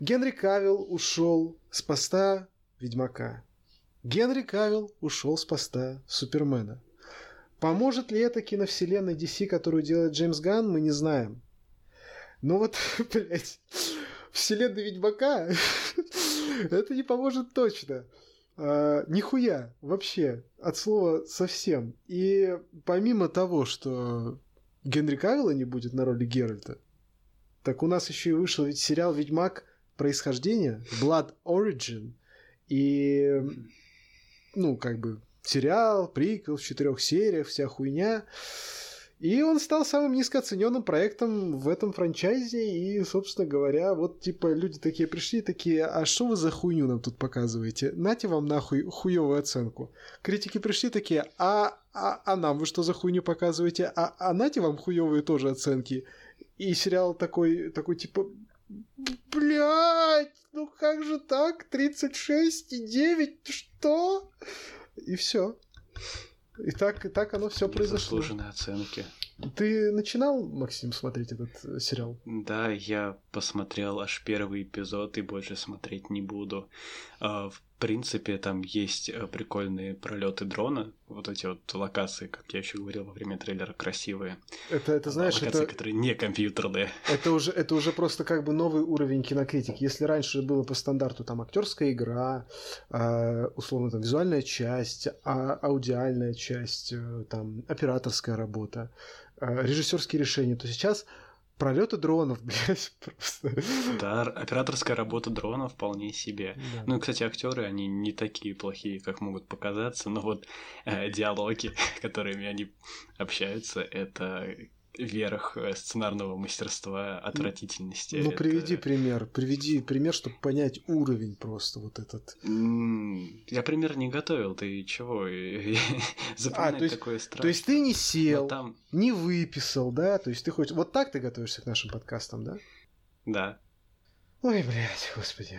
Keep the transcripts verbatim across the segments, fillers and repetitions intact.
Генри Кавилл ушел с поста Ведьмака. Генри Кавилл ушел с поста Супермена. Поможет ли это киновселенной ди си, которую делает Джеймс Ганн, мы не знаем. Но вот, блядь, вселенной Ведьмака это не поможет точно. А, нихуя вообще, от слова совсем. И помимо того, что Генри Кавилла не будет на роли Геральта, так у нас еще и вышел ведь сериал «Ведьмак. Происхождение», Blood Origin, и, ну, как бы, сериал, приквел в четырех сериях, вся хуйня. И он стал самым низкооцененным проектом в этом франчайзе. И, собственно говоря, вот, типа, люди такие пришли, такие: а что вы за хуйню нам тут показываете? Нате вам нахуй хуёвую оценку. Критики пришли такие: а, а, а нам вы что за хуйню показываете? А, а нате вам хуёвые тоже оценки. И сериал такой, такой типа: блядь, ну как же так? тридцать шесть и девять, что? И все. И так, и так оно все произошло. Незаслуженные оценки. Ты начинал, Максим, смотреть этот сериал? Да, я посмотрел аж первый эпизод и больше смотреть не буду. В принципе, там есть прикольные пролеты дрона, вот эти вот локации, как я еще говорил во время трейлера, красивые. Это, это знаешь, локации, это... которые не компьютерные. Это уже, это уже просто как бы новый уровень кинокритики. Если раньше было по стандарту там актерская игра, э, условно там визуальная часть, а, аудиальная часть, э, там операторская работа, э, режиссерские решения, то сейчас пролеты дронов, блядь, просто. Да, операторская работа дрона вполне себе. Да. Ну и, кстати, актеры, они не такие плохие, как могут показаться, но вот э, диалоги, которыми они общаются, это верх сценарного мастерства, отвратительности. Ну, это... приведи пример, приведи пример, чтобы понять уровень просто вот этот. Я пример не готовил, ты чего? Запоминать а, то есть, такое страшно. То есть ты не сел, там... не выписал, да? То есть ты хочешь... Вот так ты готовишься к нашим подкастам, да? Да. Ой, блядь, господи.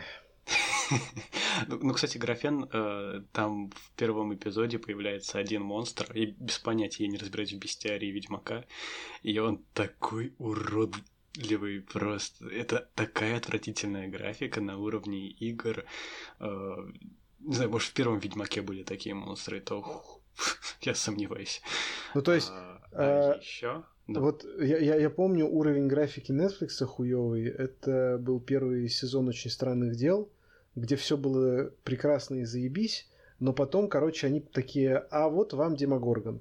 Ну, кстати, Графен, э, там в первом эпизоде появляется один монстр, и без понятия я не разбираюсь в бестиарии Ведьмака, и он такой уродливый просто. Это такая отвратительная графика на уровне игр. Э, не знаю, может, в первом Ведьмаке были такие монстры, то я сомневаюсь. Ну, то есть... А, а еще... Да. Вот я, я, я помню уровень графики Netflix хуёвый. Это был первый сезон «Очень странных дел», где все было прекрасно и заебись, но потом, короче, они такие: а вот вам Демогоргон.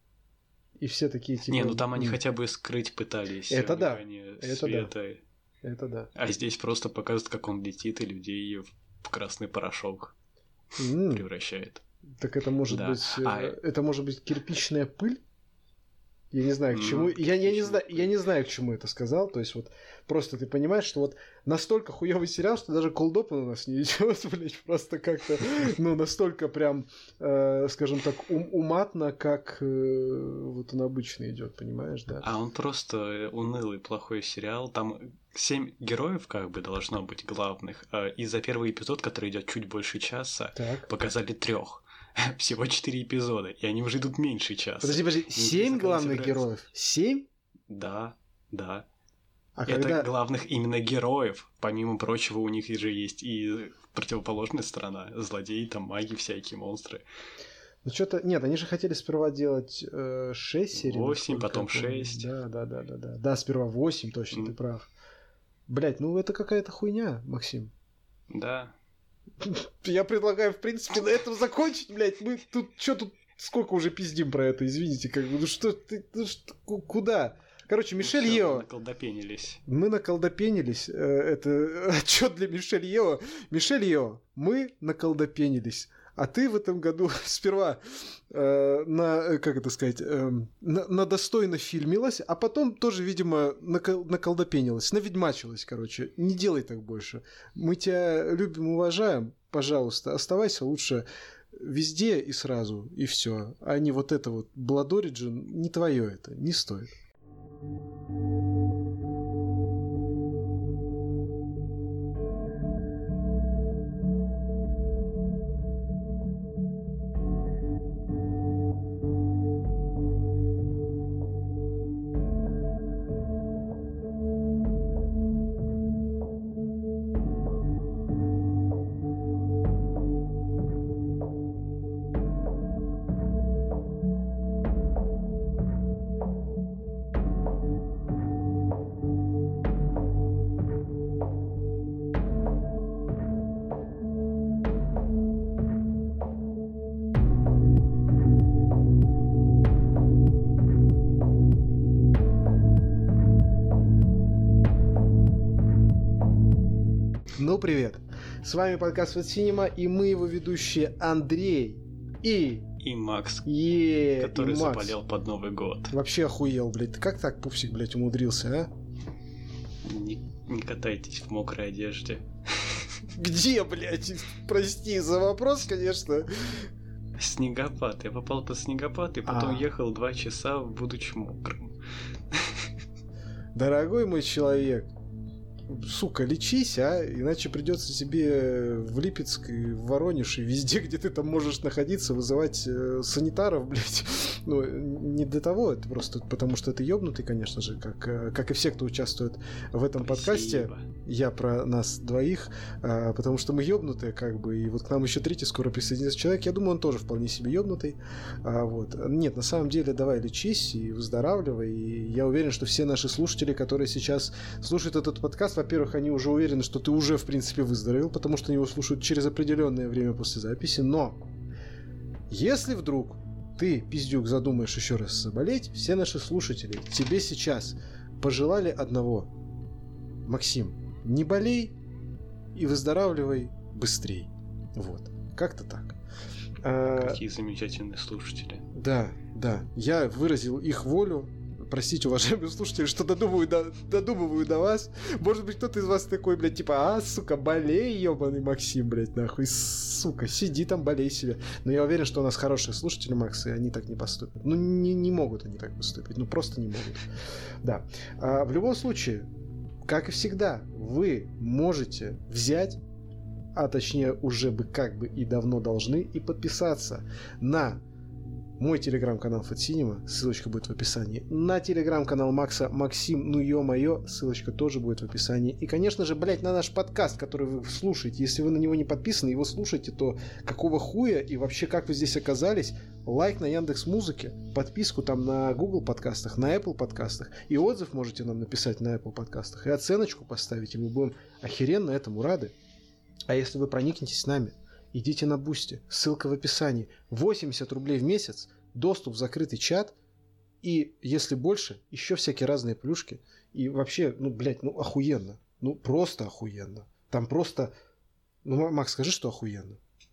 И все такие типа... Не, ну там они хотя бы скрыть пытались. Это да. Это света. да. Это да. А здесь просто показывают, как он летит, и людей в красный порошок mm. превращает. Так это может да. быть... А... Это может быть кирпичная пыль? Я не знаю, к чему. Mm, я, я, не знаю, я не знаю, к чему это сказал. То есть, вот просто ты понимаешь, что вот настолько хуёвый сериал, что даже колдопа у нас не идет, блядь, просто как-то, ну, настолько прям, э, скажем так, ум- уматно, как э, вот он обычно идет, понимаешь, да? А он просто унылый, плохой сериал. Там семь героев, как бы, должно быть главных. И за первый эпизод, который идет чуть больше часа, так. показали трех. Всего четыре эпизода, и они уже идут меньше часа. Подожди, подожди, семь главных героев? Семь? Да, да. А это когда... главных именно героев. Помимо прочего, у них же есть и противоположная сторона. Злодеи, там маги, всякие монстры. Ну что-то... Нет, они же хотели сперва делать э, шесть серий. восемь, потом шесть. Да, да, да, да, да. Да, сперва восемь, точно, mm. ты прав. Блять, ну это какая-то хуйня, Максим. Да. Я предлагаю, в принципе, на этом закончить, блядь. Мы тут, что тут, сколько уже пиздим про это, извините, как бы, ну что ты, ну что, куда? Короче, Мишель ну, Ео. Мы наколдопенились. Мы наколдопенились. Это отчет для Мишель Ео. Мишель Ео, мы наколдопенились. А ты в этом году сперва э, на, как это сказать, э, на, на достойно фильмилась, а потом тоже, видимо, наколдопенилась, наведьмачилась, короче. Не делай так больше. Мы тебя любим, уважаем. Пожалуйста, оставайся лучше везде и сразу, и все. А не вот это вот Blood Origin, не твое это, не стоит. Ну, привет. С вами подкаст Fat Cinema, и мы его ведущие Андрей и... И Макс, е который и Макс. заболел под Новый год. Вообще охуел, блядь. Ты как так, пупсик, блядь, умудрился, а? Не, не катайтесь в мокрой одежде. Где, блядь? Прости за вопрос, конечно. Снегопад. Я попал под снегопад и потом А. ехал два часа, будучи мокрым. Дорогой мой человек, сука, лечись, а? Иначе придется тебе в Липецк, и в Воронеж, и везде, где ты там можешь находиться, вызывать э, санитаров, блядь. Ну, не для того, это просто потому, что ты ёбнутый, конечно же, как, э, как и все, кто участвует в этом Спасибо. подкасте. Я про нас двоих, э, потому что мы ёбнутые, как бы, и вот к нам еще третий скоро присоединится человек. Я думаю, он тоже вполне себе ёбнутый. А, вот. Нет, на самом деле, давай лечись и выздоравливай. И я уверен, что все наши слушатели, которые сейчас слушают этот подкаст, во-первых, они уже уверены, что ты уже, в принципе, выздоровел, потому что они его слушают через определенное время после записи. Но если вдруг ты, пиздюк, задумаешь еще раз заболеть, все наши слушатели тебе сейчас пожелали одного. Максим, не болей и выздоравливай быстрей. Вот. Как-то так. Какие замечательные слушатели. Да, да. Я выразил их волю. Простите, уважаемые слушатели, что додумываю до, додумываю до вас. Может быть, кто-то из вас такой, блядь, типа, а, сука, болей, ебаный Максим, блядь, нахуй. Сука, сиди там, болей себе. Но я уверен, что у нас хорошие слушатели, Макс, и они так не поступят. Ну, не, не могут они так поступить. Ну, просто не могут. Да. А, в любом случае, как и всегда, вы можете взять, а точнее уже бы как бы и давно должны, и подписаться на мой телеграм-канал Fat Cinema, ссылочка будет в описании, на телеграм-канал Макса Максим, ну ё-моё, ссылочка тоже будет в описании, и, конечно же, блять, на наш подкаст, который вы слушаете. Если вы на него не подписаны, его слушаете, то какого хуя и вообще как вы здесь оказались? Лайк на Яндекс.Музыке, подписку там на Google подкастах, на Apple подкастах, и отзыв можете нам написать на Apple подкастах, и оценочку поставить, и мы будем охеренно этому рады. А если вы проникнетесь с нами, идите на Бусти, ссылка в описании. восемьдесят рублей в месяц, доступ в закрытый чат, и, если больше, еще всякие разные плюшки. И вообще, ну, блядь, ну, охуенно. Ну, просто охуенно. Там просто... Ну, Макс, скажи, что охуенно.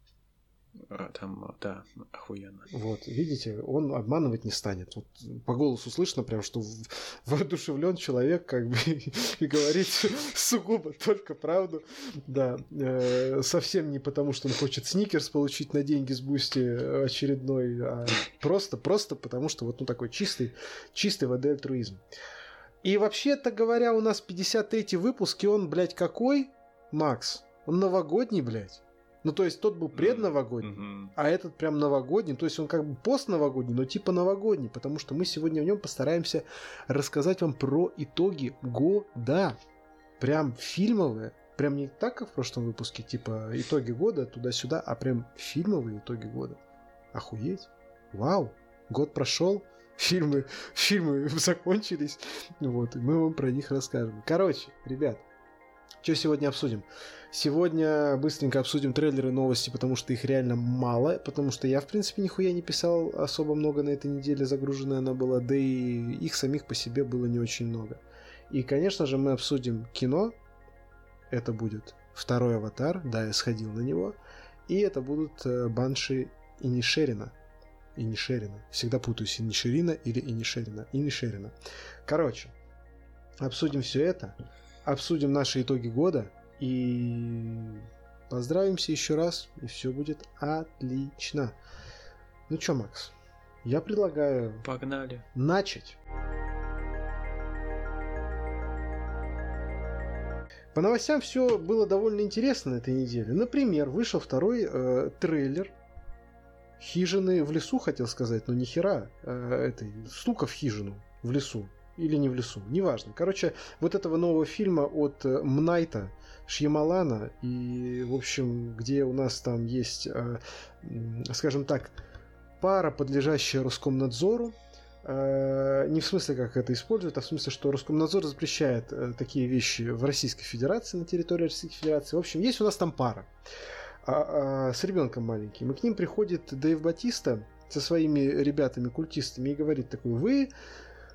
Там, да, охуенно. Вот, видите, он обманывать не станет. Вот по голосу слышно прям, что воодушевлен человек, как бы, и говорит сугубо только правду. Да, э, совсем не потому, что он хочет сникерс получить на деньги с Бусти очередной, а просто, просто потому, что вот ну такой чистый, чистый воды альтруизм. И вообще-то говоря, у нас пятьдесят третий выпуск, и он, блядь, какой, Макс? Он новогодний, блядь. Ну, то есть, тот был предновогодний, mm-hmm. а этот прям новогодний. То есть, он как бы постновогодний, но типа новогодний. Потому что мы сегодня в нем постараемся рассказать вам про итоги года. Прям фильмовые. Прям не так, как в прошлом выпуске, типа итоги года туда-сюда, а прям фильмовые итоги года. Охуеть. Вау. Год прошел. Фильмы, фильмы закончились. Вот, и мы вам про них расскажем. Короче, ребят, что сегодня обсудим? Сегодня быстренько обсудим трейлеры, новости, потому что их реально мало, потому что я, в принципе, нихуя не писал особо много на этой неделе, загруженная она была, да и их самих по себе было не очень много. И, конечно же, мы обсудим кино, это будет второй «Аватар», да, я сходил на него, и это будут Банши Инишерина. Инишерина. Всегда путаюсь, Инишерина или Инишерина. Инишерина. Короче, обсудим все это, обсудим наши итоги года, и поздравимся еще раз, и все будет отлично. Ну чё, Макс, я предлагаю... Погнали. Начать. По новостям все было довольно интересно на этой неделе. Например, вышел второй э, трейлер «Хижины в лесу», хотел сказать, но нихера. Э, этой «Стука в хижину в лесу». Или не в лесу, неважно. Короче, вот этого нового фильма от Мнайта Шьямалана, и, в общем, где у нас там есть, э, скажем так, пара, подлежащая Роскомнадзору. Э, не в смысле, как это используют, а в смысле, что Роскомнадзор запрещает э, такие вещи в Российской Федерации, на территории Российской Федерации. В общем, есть у нас там пара а, а, с ребенком маленьким. И к ним приходит Дэйв Батиста со своими ребятами-культистами и говорит такой: вы...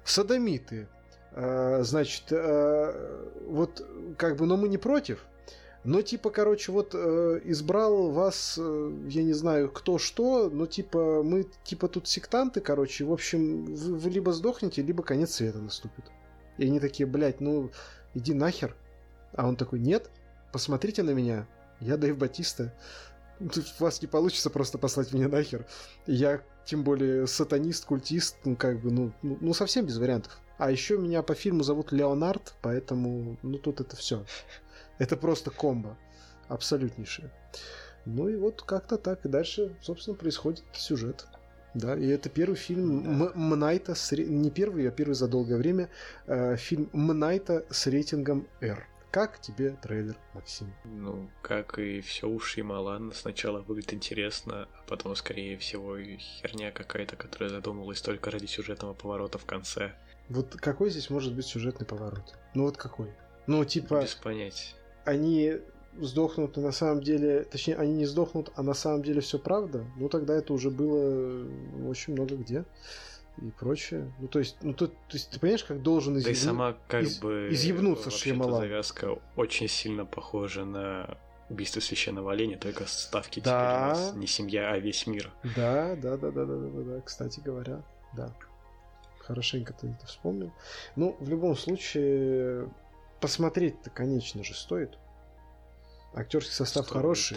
содомиты, значит, вот как бы, но мы не против, Но, типа, короче, вот э, избрал вас, э, я не знаю, кто что, но, типа, мы, типа, тут сектанты, короче, в общем, вы, вы либо сдохнете, либо конец света наступит. И они такие, блядь, ну, иди нахер. А он такой, нет, посмотрите на меня, я Дэйв Батиста. Тут у вас не получится просто послать меня нахер. Я, тем более, сатанист, культист, ну, как бы, ну, ну, ну совсем без вариантов. А еще меня по фильму зовут Леонард, поэтому, ну, тут это все. Это просто комбо. Абсолютнейшее. Ну и вот как-то так. И дальше, собственно, происходит сюжет. Да, и это первый фильм да. М- Мнайта, с... не первый, а первый за долгое время, э, фильм Мнайта с рейтингом R. Как тебе трейлер, Максим? Ну, как и все у Шьямалана, сначала выглядит интересно, а потом, скорее всего, херня какая-то, которая задумывалась только ради сюжетного поворота в конце. Вот какой здесь может быть сюжетный поворот? Ну вот какой? Ну, типа... Без понятия. Они сдохнут, а на самом деле... Точнее, они не сдохнут, а на самом деле все правда? Ну, тогда это уже было очень много где. И прочее. Ну, то есть, ну, то, то есть ты понимаешь, как должен изъебну... Да и сама, как из... бы... изъебнуться Шьямалан. Завязка очень сильно похожа на убийство священного оленя, только ставки да. теперь у нас не семья, а весь мир. Да, да, да, да, да, да, да, кстати говоря, да. Хорошенько ты это вспомнил. Ну, в любом случае, посмотреть-то, конечно же, стоит. Актерский состав стоит. Хороший.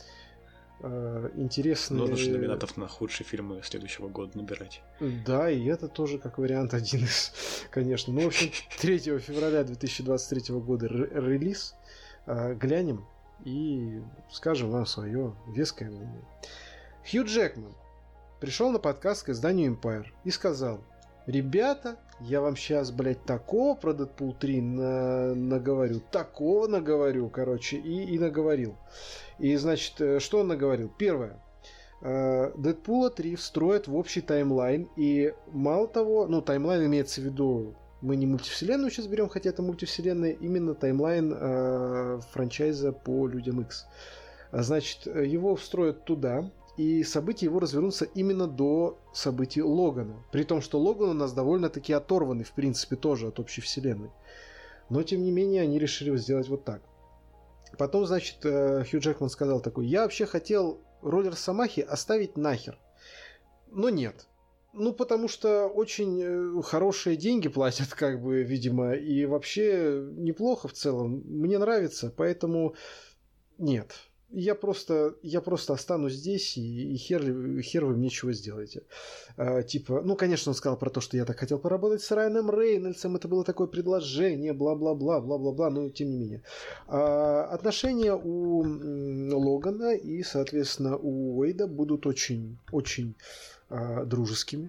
Э, интересный. Но нужно номинатов на худшие фильмы следующего года набирать. Да, и это тоже как вариант один из, конечно. Ну, в общем, третьего февраля две тысячи двадцать третьего года р- релиз. Э, глянем и скажем вам свое веское мнение. Хью Джекман пришел на подкаст к изданию Empire и сказал: ребята, я вам сейчас, блядь, такого про Дэдпул три на... наговорю, такого наговорю, короче, и, и наговорил. И, значит, что он наговорил? Первое. Дэдпула три встроят в общий таймлайн, и мало того, ну, таймлайн имеется в виду, мы не мультивселенную сейчас берем, хотя это мультивселенная, именно таймлайн э, франчайза по Людям Икс. Значит, его встроят туда, и события его развернутся именно до событий Логана. При том, что Логан у нас довольно-таки оторванный, в принципе, тоже от общей вселенной. Но, тем не менее, они решили сделать вот так. Потом, значит, Хью Джекман сказал такой: я вообще хотел роль Росомахи оставить нахер. Но нет. Ну, потому что очень хорошие деньги платят, как бы, видимо, и вообще неплохо в целом. Мне нравится, поэтому нет. Я просто, я просто останусь здесь, и, и хер, хер вы мне чего сделаете. А, типа, ну, конечно, он сказал про то, что я так хотел поработать с Райаном Рейнольдсом, это было такое предложение, бла-бла-бла, бла-бла-бла, но тем не менее. А, отношения у м, Логана и, соответственно, у Уэйда будут очень, очень а, дружескими,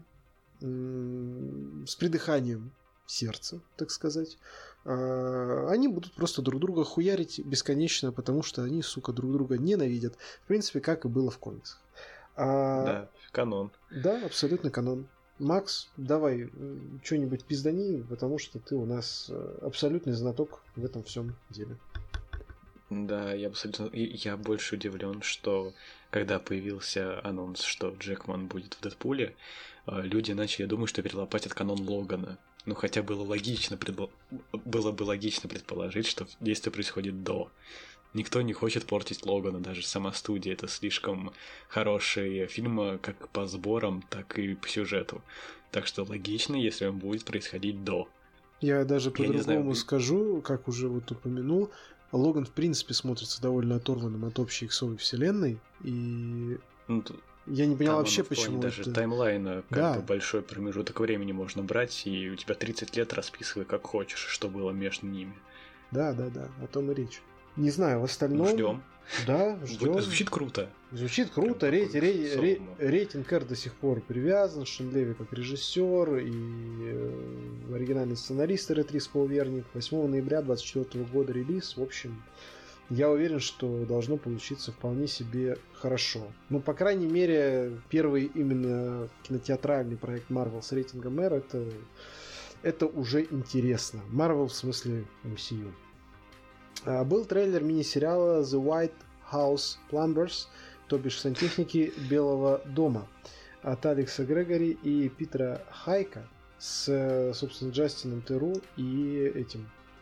м, с придыханием сердца, так сказать. Они будут просто друг друга хуярить бесконечно, потому что они, сука, друг друга ненавидят. В принципе, как и было в комиксах. А... Да, канон. Да, абсолютно канон. Макс, давай что-нибудь пиздани, потому что ты у нас абсолютный знаток в этом всем деле. Да, я абсолютно... Я больше удивлен, что когда появился анонс, что Джекман будет в Дэдпуле, люди начали, я думаю, что перелопатят канон Логана. Ну, хотя было логично, предпо... было бы логично предположить, что действие происходит до. Никто не хочет портить Логана, даже сама студия. Это слишком хорошие фильмы как по сборам, так и по сюжету. Так что логично, если он будет происходить до. Я даже по-другому скажу, как уже вот упомянул, Логан в принципе смотрится довольно оторванным от общей иксовой вселенной, и... Ну, я не понял вообще, почему даже это... таймлайна, как да. бы большой промежуток времени можно брать, и у тебя тридцать лет расписывай как хочешь, что было между ними. Да, да, да, о том и речь. Не знаю, в остальном... Ждем. Да, ждем. Звучит круто. Звучит круто. Рей... Рей... Рей... Рейтинг R до сих пор привязан. Шон Леви как режиссер и э, оригинальный сценарист Эр три Сполверник. восьмого ноября двадцать четвёртого года релиз. В общем, я уверен, что должно получиться вполне себе хорошо. Ну, по крайней мере, первый именно кинотеатральный проект Marvel с рейтингом R это, это уже интересно. Marvel в смысле эм си ю. А, был трейлер мини-сериала The White House Plumbers, то бишь сантехники Белого дома, от Алекса Грегори и Питера Хайка с, собственно, Джастином Теру и этим,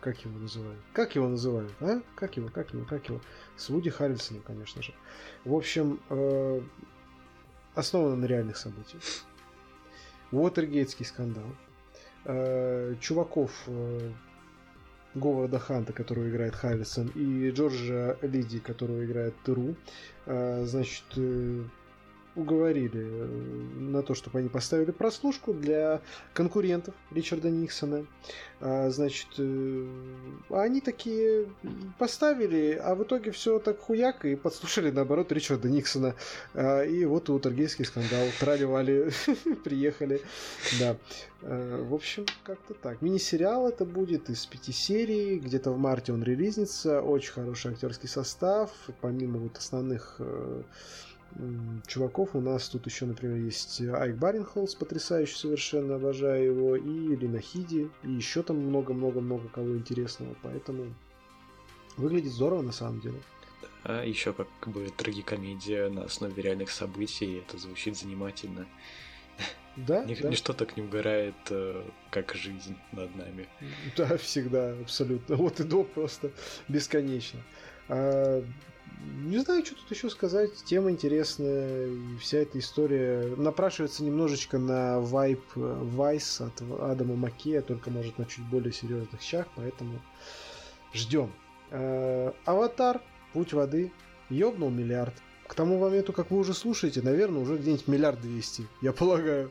как его называют? Как его называют, а? Как его, как его, как его? С Вуди Харрельсоном, конечно же. В общем, э, основано на реальных событиях. Уотергейтский скандал. Э, чуваков э, Говарда Ханта, которого играет Харрисон, и Джорджа Лиди, которого играет Теру, э, значит, э, уговорили на то, чтобы они поставили прослушку для конкурентов Ричарда Никсона. А, значит, они такие поставили, а в итоге все так хуяк, и подслушали, наоборот, Ричарда Никсона. А, и вот Уотергейтский скандал. Трали-вали, приехали. Да. А, в общем, как-то так. Мини-сериал это будет из пяти серий. Где-то в марте он релизнится. Очень хороший актерский состав. Помимо вот основных чуваков у нас тут еще, например, есть Айк Баренхолц, потрясающий совершенно, обожаю его, и Лина Хиди, и еще там много-много-много кого интересного, поэтому выглядит здорово на самом деле. А еще как бы трагикомедия на основе реальных событий, это звучит занимательно. Да, Нич- да. Ничто так не угорает, как жизнь над нами. Да, всегда, абсолютно. Вот и до просто бесконечно. А, не знаю, что тут еще сказать. Тема интересная. И вся эта история напрашивается немножечко на вайб Вайс от Адама Маккея, только, может, на чуть более серьезных щах, поэтому ждем. А, Аватар, Путь воды, ёбнул миллиард. К тому моменту, как вы уже слушаете, наверное, уже где-нибудь миллиард двести, я полагаю.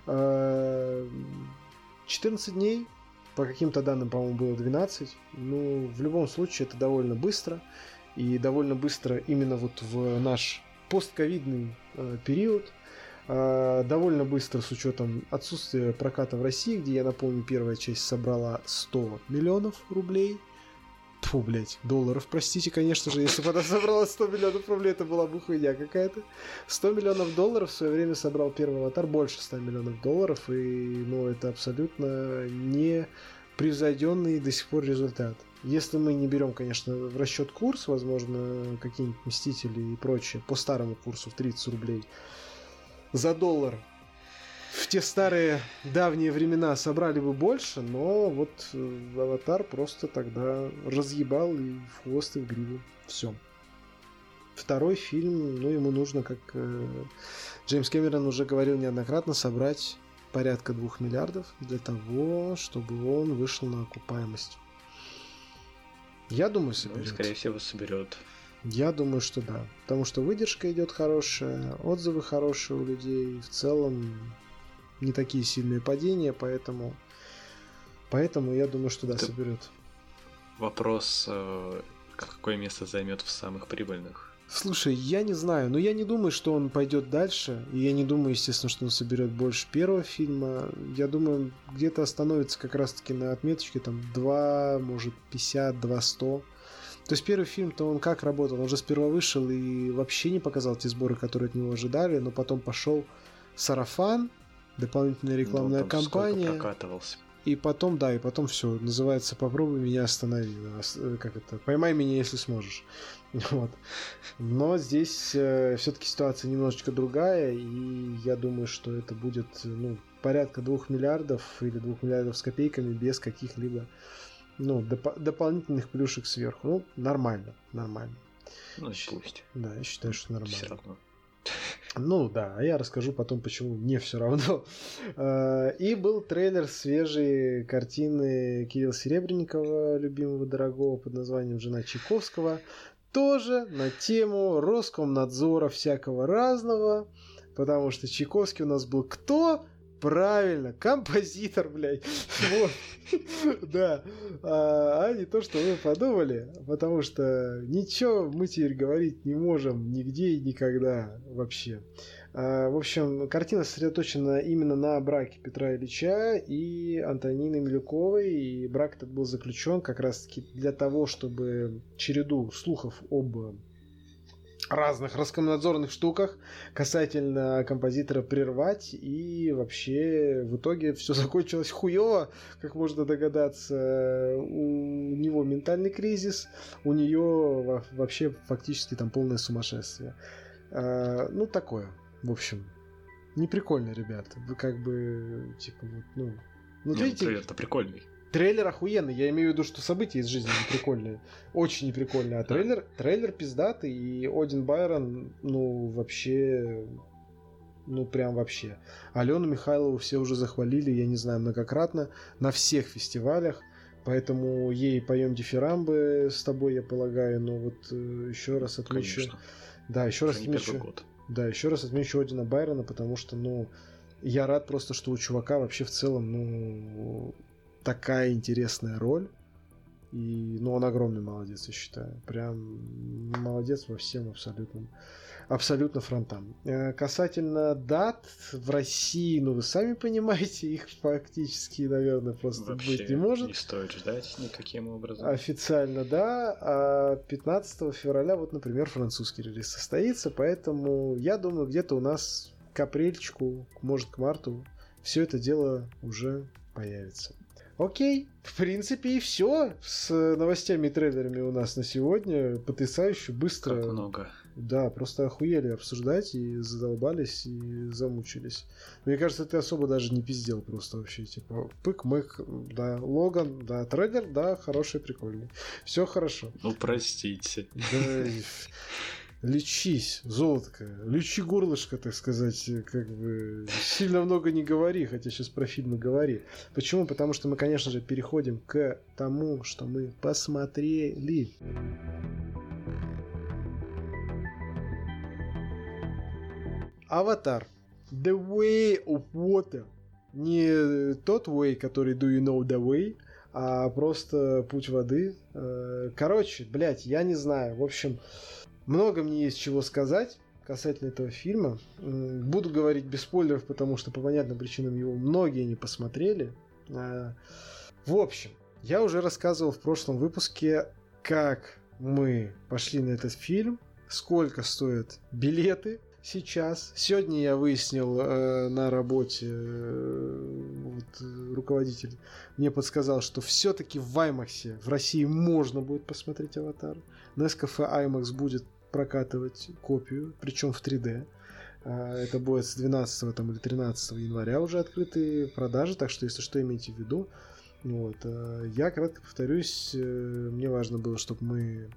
четырнадцать дней, по каким-то данным, по-моему, было двенадцать. Ну, в любом случае, это довольно быстро. И довольно быстро именно вот в наш постковидный э, период. Э, довольно быстро с учетом отсутствия проката в России, где, я напомню, первая часть собрала сто миллионов рублей. Фу, блядь, долларов, простите, конечно же, если бы она собрала сто миллионов рублей, это была бы хуйня какая-то. сто миллионов долларов в свое время собрал первый Аватар, больше ста миллионов долларов, и, ну, это абсолютно непревзойденный до сих пор результат. Если мы не берем, конечно, в расчет курс, возможно, какие-нибудь Мстители и прочее, по старому курсу в тридцать рублей за доллар, в те старые давние времена собрали бы больше, но вот Аватар просто тогда разъебал и в хвост, и в гриву. Все. Второй фильм, ну, ему нужно, как э, Джеймс Кэмерон уже говорил неоднократно, собрать порядка двух миллиардов для того, чтобы он вышел на окупаемость. Я думаю, соберет. Ну, скорее всего, соберет. Я думаю, что да. Потому что выдержка идет хорошая, отзывы хорошие у людей. В целом не такие сильные падения, поэтому поэтому я думаю, что да, Это соберет. Вопрос, какое место займет в самых прибыльных? Слушай, я не знаю, но я не думаю, что он пойдет дальше. И я не думаю, естественно, что он соберет больше первого фильма. Я думаю, где-то остановится как раз-таки на отметочке там два, может, пятьдесят, два сто. То есть первый фильм-то он как работал? Он же сперва вышел и вообще не показал те сборы, которые от него ожидали, но потом пошел сарафан, дополнительная рекламная ну, кампания. Прокатывался. И потом, да, и потом все, называется «Попробуй меня останови». Как это? «Поймай меня, если сможешь». Вот. Но здесь э, все-таки ситуация немножечко другая, и я думаю, что это будет, ну, порядка двух миллиардов или двух миллиардов с копейками без каких-либо, ну, доп- дополнительных плюшек сверху. Ну, нормально, нормально. Ну, пусть. Да, я считаю, что нормально. Все равно. Ну да, а я расскажу потом, почему мне все равно. И был трейлер свежей картины Кирилла Серебренникова, любимого дорогого, под названием «Жена Чайковского». Тоже на тему Роскомнадзора всякого разного, потому что Чайковский у нас был кто? Правильно, композитор, блядь. Вот. Да. А, а не то, что вы подумали, потому что ничего мы теперь говорить не можем нигде и никогда вообще. А, в общем, картина сосредоточена именно на браке Петра Ильича и Антонины Милюковой. И брак этот был заключен как раз-таки для того, чтобы череду слухов об разных роскомнадзорных штуках касательно композитора прервать, и вообще в итоге все закончилось хуёво, как можно догадаться. У него ментальный кризис, у нее вообще фактически там полное сумасшествие. А, ну, такое, в общем. Не прикольно, ребята. Вы как бы, типа, вот, ну... Ну, трейлер-то прикольный. Трейлер охуенный, я имею в виду, что события из жизни неприкольные. Очень неприкольные. А трейлер, трейлер пиздатый, и Один Байрон, ну, вообще... Ну, прям вообще. Алену Михайлову все уже захвалили, я не знаю, многократно, на всех фестивалях. Поэтому ей поем дифирамбы с тобой, я полагаю. Но вот э, еще раз отмечу... Конечно. Да, еще Уже раз не отмечу... первый год. Да, еще раз отмечу Одина Байрона, потому что, ну, я рад просто, что у чувака вообще в целом, ну, такая интересная роль. И, ну, он огромный молодец, я считаю. Прям молодец во всем абсолютном. Абсолютно фронтам. Касательно дат в России, ну вы сами понимаете, их фактически, наверное, просто Вообще быть не может. Не стоит ждать никаким образом. Официально, да. А пятнадцатого февраля, вот, например, французский релиз состоится, поэтому я думаю, где-то у нас к апрельчику, может, к марту все это дело уже появится. Окей, в принципе и все с новостями и трейлерами у нас на сегодня. Потрясающе быстро. Как много. Да, просто охуели обсуждать и задолбались и замучились. Мне кажется, ты особо даже не пиздел просто вообще. Типа, пык-мык, да, Логан, да, трейлер, да, хороший, прикольный. Все хорошо. Ну, простите. Да, лечись, золотко, лечи горлышко, так сказать, как бы сильно много не говори, хотя сейчас про фильмы говори. Почему? Потому что мы, конечно же, переходим к тому, что мы посмотрели. Аватар. The Way of Water. Не тот way, который Do You Know The Way, а просто Путь воды. Короче, блядь, я не знаю. В общем, много мне есть чего сказать касательно этого фильма. Буду говорить без спойлеров, потому что по понятным причинам его многие не посмотрели. В общем, я уже рассказывал в прошлом выпуске, как мы пошли на этот фильм, сколько стоят билеты сейчас. Сегодня я выяснил э, на работе, э, вот, руководитель мне подсказал, что все-таки в IMAX в России можно будет посмотреть «Аватар». Нескафе IMAX будет прокатывать копию, причем в три дэ. Это будет с двенадцатого там, или тринадцатого января уже открытые продажи, так что, если что, имейте в виду. Вот. Я кратко повторюсь, мне важно было, чтобы мы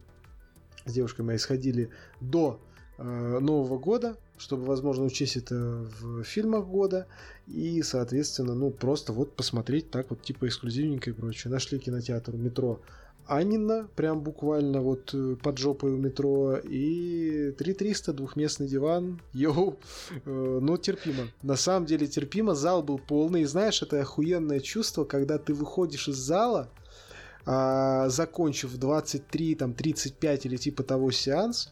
с девушкой моей сходили до Нового года, чтобы, возможно, учесть это в фильмах года и, соответственно, ну, просто вот посмотреть так вот, типа, эксклюзивненько и прочее. Нашли кинотеатр у метро Аннина, прям буквально вот под жопой у метро, и три триста, двухместный диван, йоу, э, но терпимо. На самом деле терпимо, зал был полный, и знаешь, это охуенное чувство, когда ты выходишь из зала, э, закончив двадцать три, там, тридцать пять или типа того сеанс,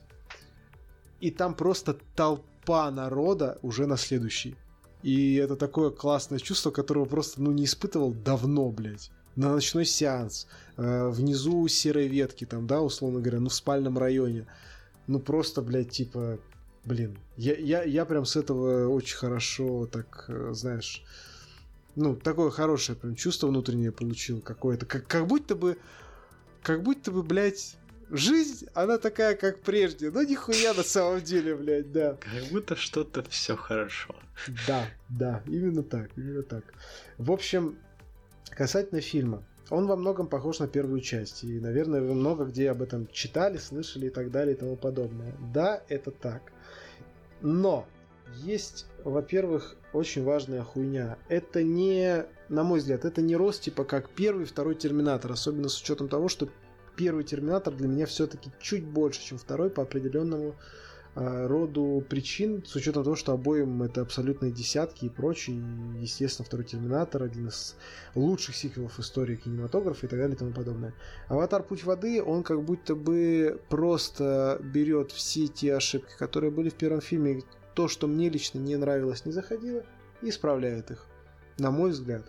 и там просто толпа народа уже на следующий. И это такое классное чувство, которого просто, ну, не испытывал давно, блядь. На ночной сеанс, э, внизу серой ветки, там, да, условно говоря, ну, в спальном районе. Ну, просто, блядь, типа, блин, я, я, я прям с этого очень хорошо, так, э, знаешь, ну, такое хорошее прям чувство внутреннее получил какое-то, как, как будто бы, как будто бы, блядь, жизнь, она такая, как прежде, но нихуя на самом деле, блядь, да. Как будто что-то все хорошо. Да, да, именно так, именно так. В общем, касательно фильма, он во многом похож на первую часть, и, наверное, вы много где об этом читали, слышали и так далее и тому подобное. Да, это так. Но есть, во-первых, очень важная хуйня. Это не, на мой взгляд, это не рост типа как первый, второй Терминатор, особенно с учетом того, что первый Терминатор для меня все-таки чуть больше, чем второй по определенному э, роду причин, с учетом того, что обоим это абсолютные десятки и прочее. И, естественно, второй Терминатор один из лучших сиквелов в истории кинематографа и так далее и тому подобное. Аватар Путь воды, он как будто бы просто берет все те ошибки, которые были в первом фильме, то, что мне лично не нравилось, не заходило, и исправляет их, на мой взгляд.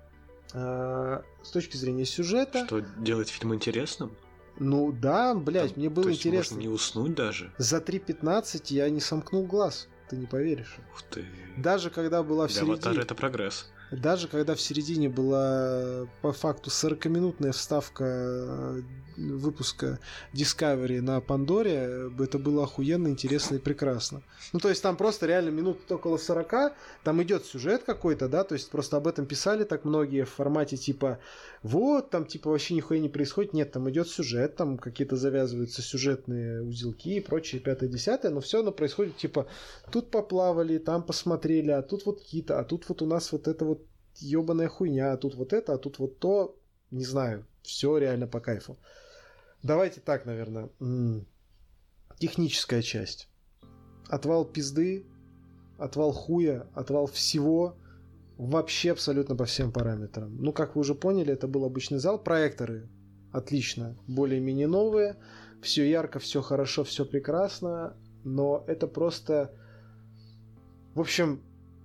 С точки зрения сюжета... Что, делать фильм интересным? Ну да, блядь, Там, мне было то есть интересно. Можно не уснуть даже? За три пятнадцать я не сомкнул глаз, ты не поверишь. Ух ты. Даже когда была в Для середине... Аватара это прогресс. Даже когда в середине была по факту сорокаминутная вставка выпуска Discovery на Пандоре, это было охуенно, интересно и прекрасно. Ну, то есть там просто реально минут около сорока, там идет сюжет какой-то, да, то есть просто об этом писали так многие в формате типа вот, там типа вообще нихуя не происходит. Нет, там идет сюжет, там какие-то завязываются сюжетные узелки и прочее, пятое-десятое, но все оно происходит типа тут поплавали, там посмотрели, а тут вот какие-то, а тут вот у нас вот это вот ебаная хуйня, а тут вот это, а тут вот то, не знаю, все реально по кайфу. Давайте так, наверное, техническая часть. Отвал пизды, отвал хуя, отвал всего, вообще абсолютно по всем параметрам. Ну, как вы уже поняли, это был обычный зал, проекторы отлично, более-менее новые, все ярко, все хорошо, все прекрасно, но это просто... В общем,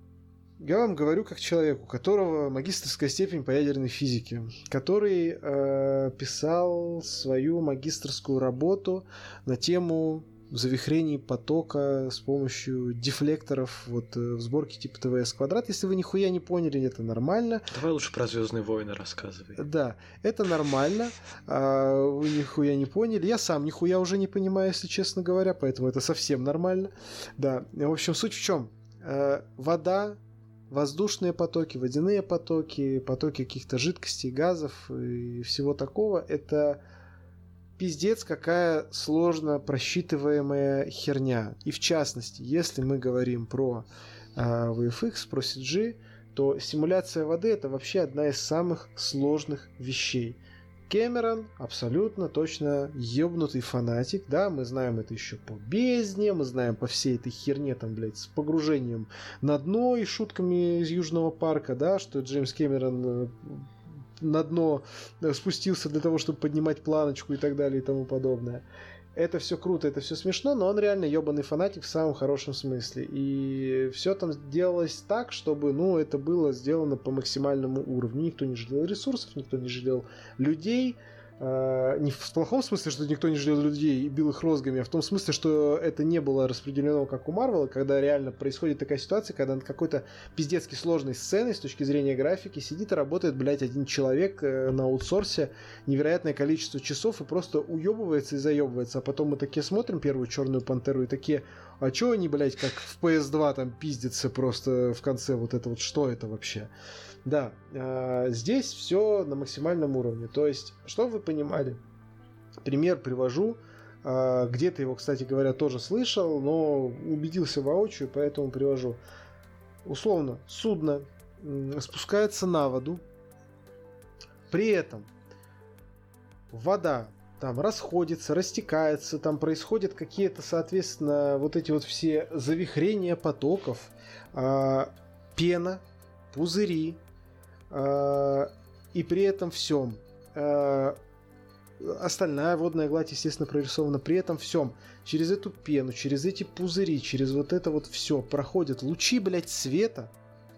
я вам говорю как человек, у которого магистерская степень по ядерной физике, который э, писал свою магистерскую работу на тему завихрений потока с помощью дефлекторов вот, в сборке типа ТВС квадрат. Если вы нихуя не поняли, это нормально. Давай лучше про Звездные войны рассказывай. Да, это нормально. А, вы нихуя не поняли. Я сам нихуя уже не понимаю, если честно говоря, поэтому это совсем нормально. Да, в общем, суть в чем? А, вода, воздушные потоки, водяные потоки, потоки каких-то жидкостей, газов и всего такого, это пиздец какая сложно просчитываемая херня. И в частности, если мы говорим про э, ви эф икс, про си джи, то симуляция воды это вообще одна из самых сложных вещей. Кэмерон абсолютно точно ебнутый фанатик, да, мы знаем это еще по бездне, мы знаем по всей этой херне там, блядь, с погружением на дно и шутками из Южного парка, да, что Джеймс Кэмерон на дно спустился для того, чтобы поднимать планочку и так далее и тому подобное. Это все круто, это все смешно, но он реально ебаный фанатик в самом хорошем смысле. И все там делалось так, чтобы, ну, это было сделано по максимальному уровню. Никто не жалел ресурсов, никто не жалел людей. Не в плохом смысле, что никто не жалел людей и бил их розгами, а в том смысле, что это не было распределено, как у Марвела, когда реально происходит такая ситуация, когда над какой-то пиздецки сложной сценой с точки зрения графики сидит и работает, блядь, один человек на аутсорсе невероятное количество часов и просто уебывается и заебывается. А потом мы такие смотрим первую Черную Пантеру и такие, а чё они, блядь, как в пи эс два там пиздятся просто в конце, вот это вот, что это вообще? Да, э, здесь все на максимальном уровне. То есть, чтобы вы понимали, пример привожу. Э, где-то его, кстати говоря, тоже слышал, но убедился воочию, поэтому привожу. Условно, судно э, спускается на воду. При этом вода там расходится, растекается, там происходят какие-то, соответственно, вот эти вот все завихрения потоков, э, пена, пузыри, и при этом всем остальная водная гладь, естественно, прорисована. При этом всем через эту пену, через эти пузыри, через вот это вот все проходят лучи, блядь, света.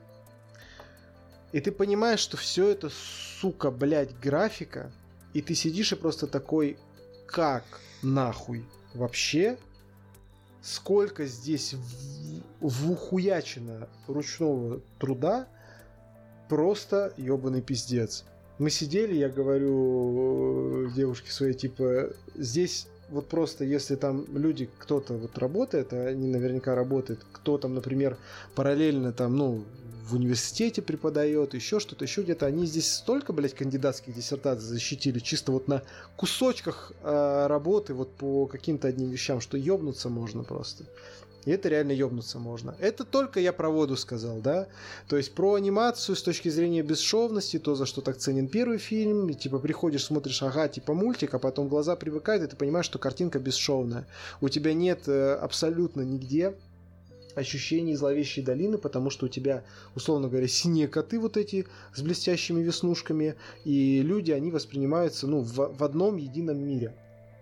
И ты понимаешь, что все это, сука, блядь, графика. И ты сидишь и просто такой, как нахуй вообще? Сколько здесь вухуячено ручного труда? Просто ебаный пиздец. Мы сидели, я говорю девушке своей, типа, здесь вот просто, если там люди, кто-то вот работает, а они наверняка работают, кто там, например, параллельно там, ну, в университете преподает, еще что-то, еще где-то, они здесь столько, блядь, кандидатских диссертаций защитили чисто вот на кусочках э, работы вот по каким-то одним вещам, что ебнуться можно просто. И это реально ебнуться можно. Это только я про воду сказал, да? То есть про анимацию с точки зрения бесшовности, то, за что так ценен первый фильм. И, типа приходишь, смотришь, ага, типа мультик, а потом глаза привыкают, и ты понимаешь, что картинка бесшовная. У тебя нет э, абсолютно нигде ощущений зловещей долины, потому что у тебя, условно говоря, синие коты вот эти с блестящими веснушками, и люди, они воспринимаются, ну, в, в одном едином мире.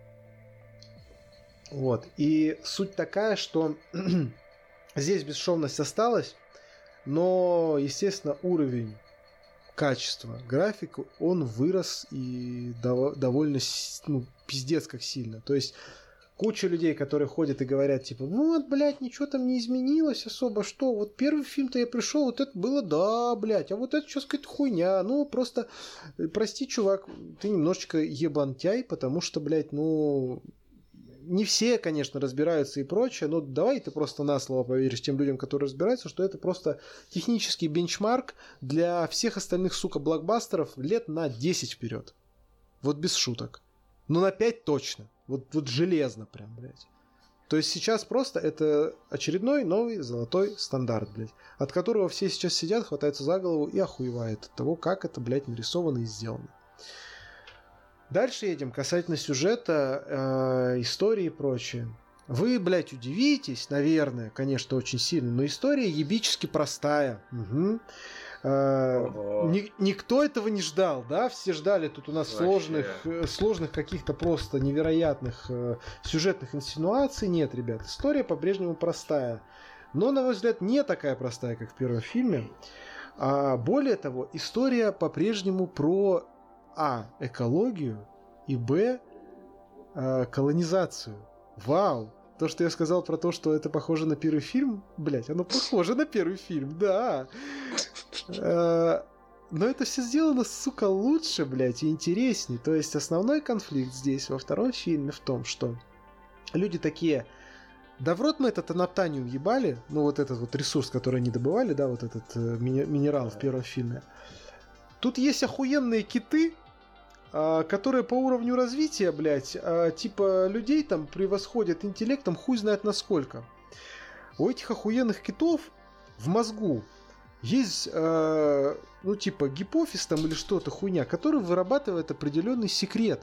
Вот. И суть такая, что здесь бесшовность осталась, но, естественно, уровень качества графики, он вырос и дов- довольно, ну, пиздец как сильно. То есть куча людей, которые ходят и говорят, типа, вот, блядь, ничего там не изменилось особо, что, вот первый фильм-то я пришел, вот это было, да, блядь, а вот это, что сказать, хуйня, ну, просто, прости, чувак, ты немножечко ебантяй, потому что, блядь, ну, не все, конечно, разбираются и прочее, но давай ты просто на слово поверишь тем людям, которые разбираются, что это просто технический бенчмарк для всех остальных, сука, блокбастеров лет на десять вперед. Вот без шуток. Ну, на пять точно. Вот, вот железно прям, блядь. То есть сейчас просто это очередной новый золотой стандарт, блядь, от которого все сейчас сидят, хватаются за голову и охуевают от того, как это, блядь, нарисовано и сделано. Дальше едем касательно сюжета, э, истории и прочее. Вы, блядь, удивитесь, наверное, конечно, очень сильно, но история ебически простая. Угу. Э, ни, никто этого не ждал, да? Все ждали тут у нас сложных, сложных каких-то просто невероятных э, сюжетных инсинуаций. Нет, ребят, история по-прежнему простая. Но, на мой взгляд, не такая простая, как в первом фильме. А более того, история по-прежнему про А. экологию и Б. колонизацию. Вау! То, что я сказал про то, что это похоже на первый фильм, блять, оно похоже на первый фильм, да. Но это все сделано, сука, лучше, блять, и интереснее. То есть основной конфликт здесь, во втором фильме, в том, что люди такие: да в рот мы этот анаптаниум ебали, ну вот этот вот ресурс, который они добывали, да, вот этот ми- минерал в первом фильме. Тут есть охуенные киты, которые по уровню развития, блядь, типа людей там превосходят интеллектом хуй знает насколько. У этих охуенных китов в мозгу есть, ну типа гипофиз там или что-то хуйня, который вырабатывает определенный секрет.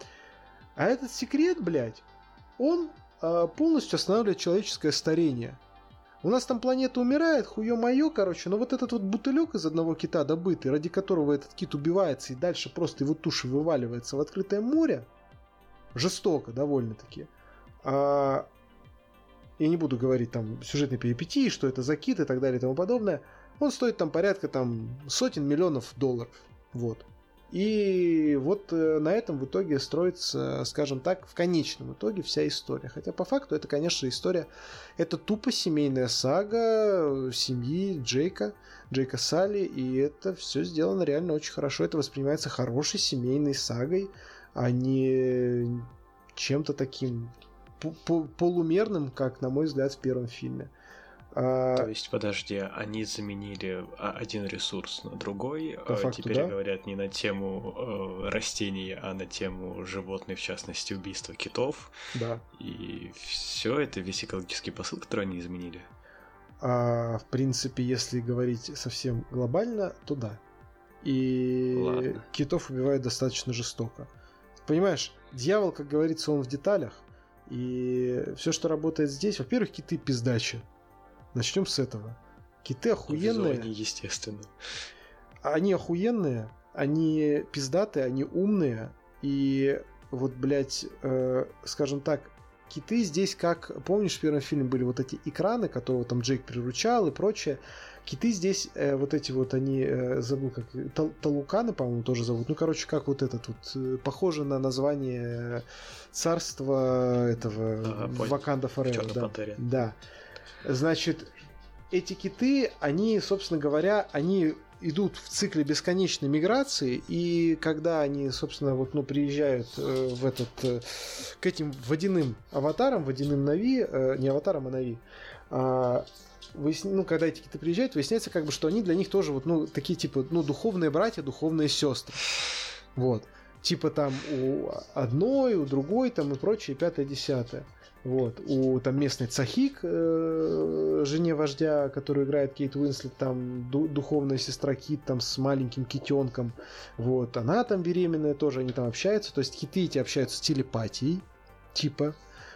А этот секрет, блядь, он полностью останавливает человеческое старение. У нас там планета умирает, хуё-моё, короче, но вот этот вот бутылек из одного кита добытый, ради которого этот кит убивается и дальше просто его туша вываливается в открытое море, жестоко довольно-таки. А... Я не буду говорить там сюжетные перипетии, что это за кит и так далее и тому подобное. Он стоит там порядка там сотен миллионов долларов. Вот. И вот э, на этом в итоге строится, скажем так, в конечном итоге вся история. Хотя по факту это, конечно, история, это тупо семейная сага семьи Джейка, Джейка Салли, и это все сделано реально очень хорошо. Это воспринимается хорошей семейной сагой, а не чем-то таким полумерным, как, на мой взгляд, в первом фильме. То есть, подожди, они заменили один ресурс на другой, по факту, теперь да? говорят не на тему э, растений, а на тему животных, в частности, убийства китов. Да. И все это весь экологический посыл, который они изменили. А, в принципе, если говорить совсем глобально, то да. И Ладно. Китов убивают достаточно жестоко. Понимаешь, дьявол, как говорится, он в деталях. И все, что работает здесь, во-первых, киты пиздачи. Начнем с этого. Киты охуенные. Они, естественно. Они охуенные, они пиздатые, они умные. И вот, блядь, э, скажем так, киты здесь как... Помнишь, в первом фильме были вот эти экраны, которого там Джейк приручал и прочее. Киты здесь, э, вот эти вот, они, э, забыл, как... Тал- талуканы, по-моему, тоже зовут. Ну, короче, как вот этот вот... Э, похоже на название царства этого... А, Ваканда Форевер. Да. да. Значит, эти киты, они, собственно говоря, они идут в цикле бесконечной миграции, и когда они, собственно, вот, ну, приезжают э, в этот, э, к этим водяным аватарам, водяным Нави, э, не аватарам, а Нави, э, выясня... ну, когда эти киты приезжают, выясняется, как бы, что они для них тоже вот, ну, такие, типа, ну, духовные братья, духовные сестры. Вот. Типа там у одной, у другой, там и прочее, пятое, десятое. Вот. У там местной Цахик, э, жене вождя, которую играет Кейт Уинслет, там ду- духовная сестра Кит там с маленьким китенком. Вот. Она там беременная тоже, они там общаются. То есть киты эти общаются с телепатией, типа.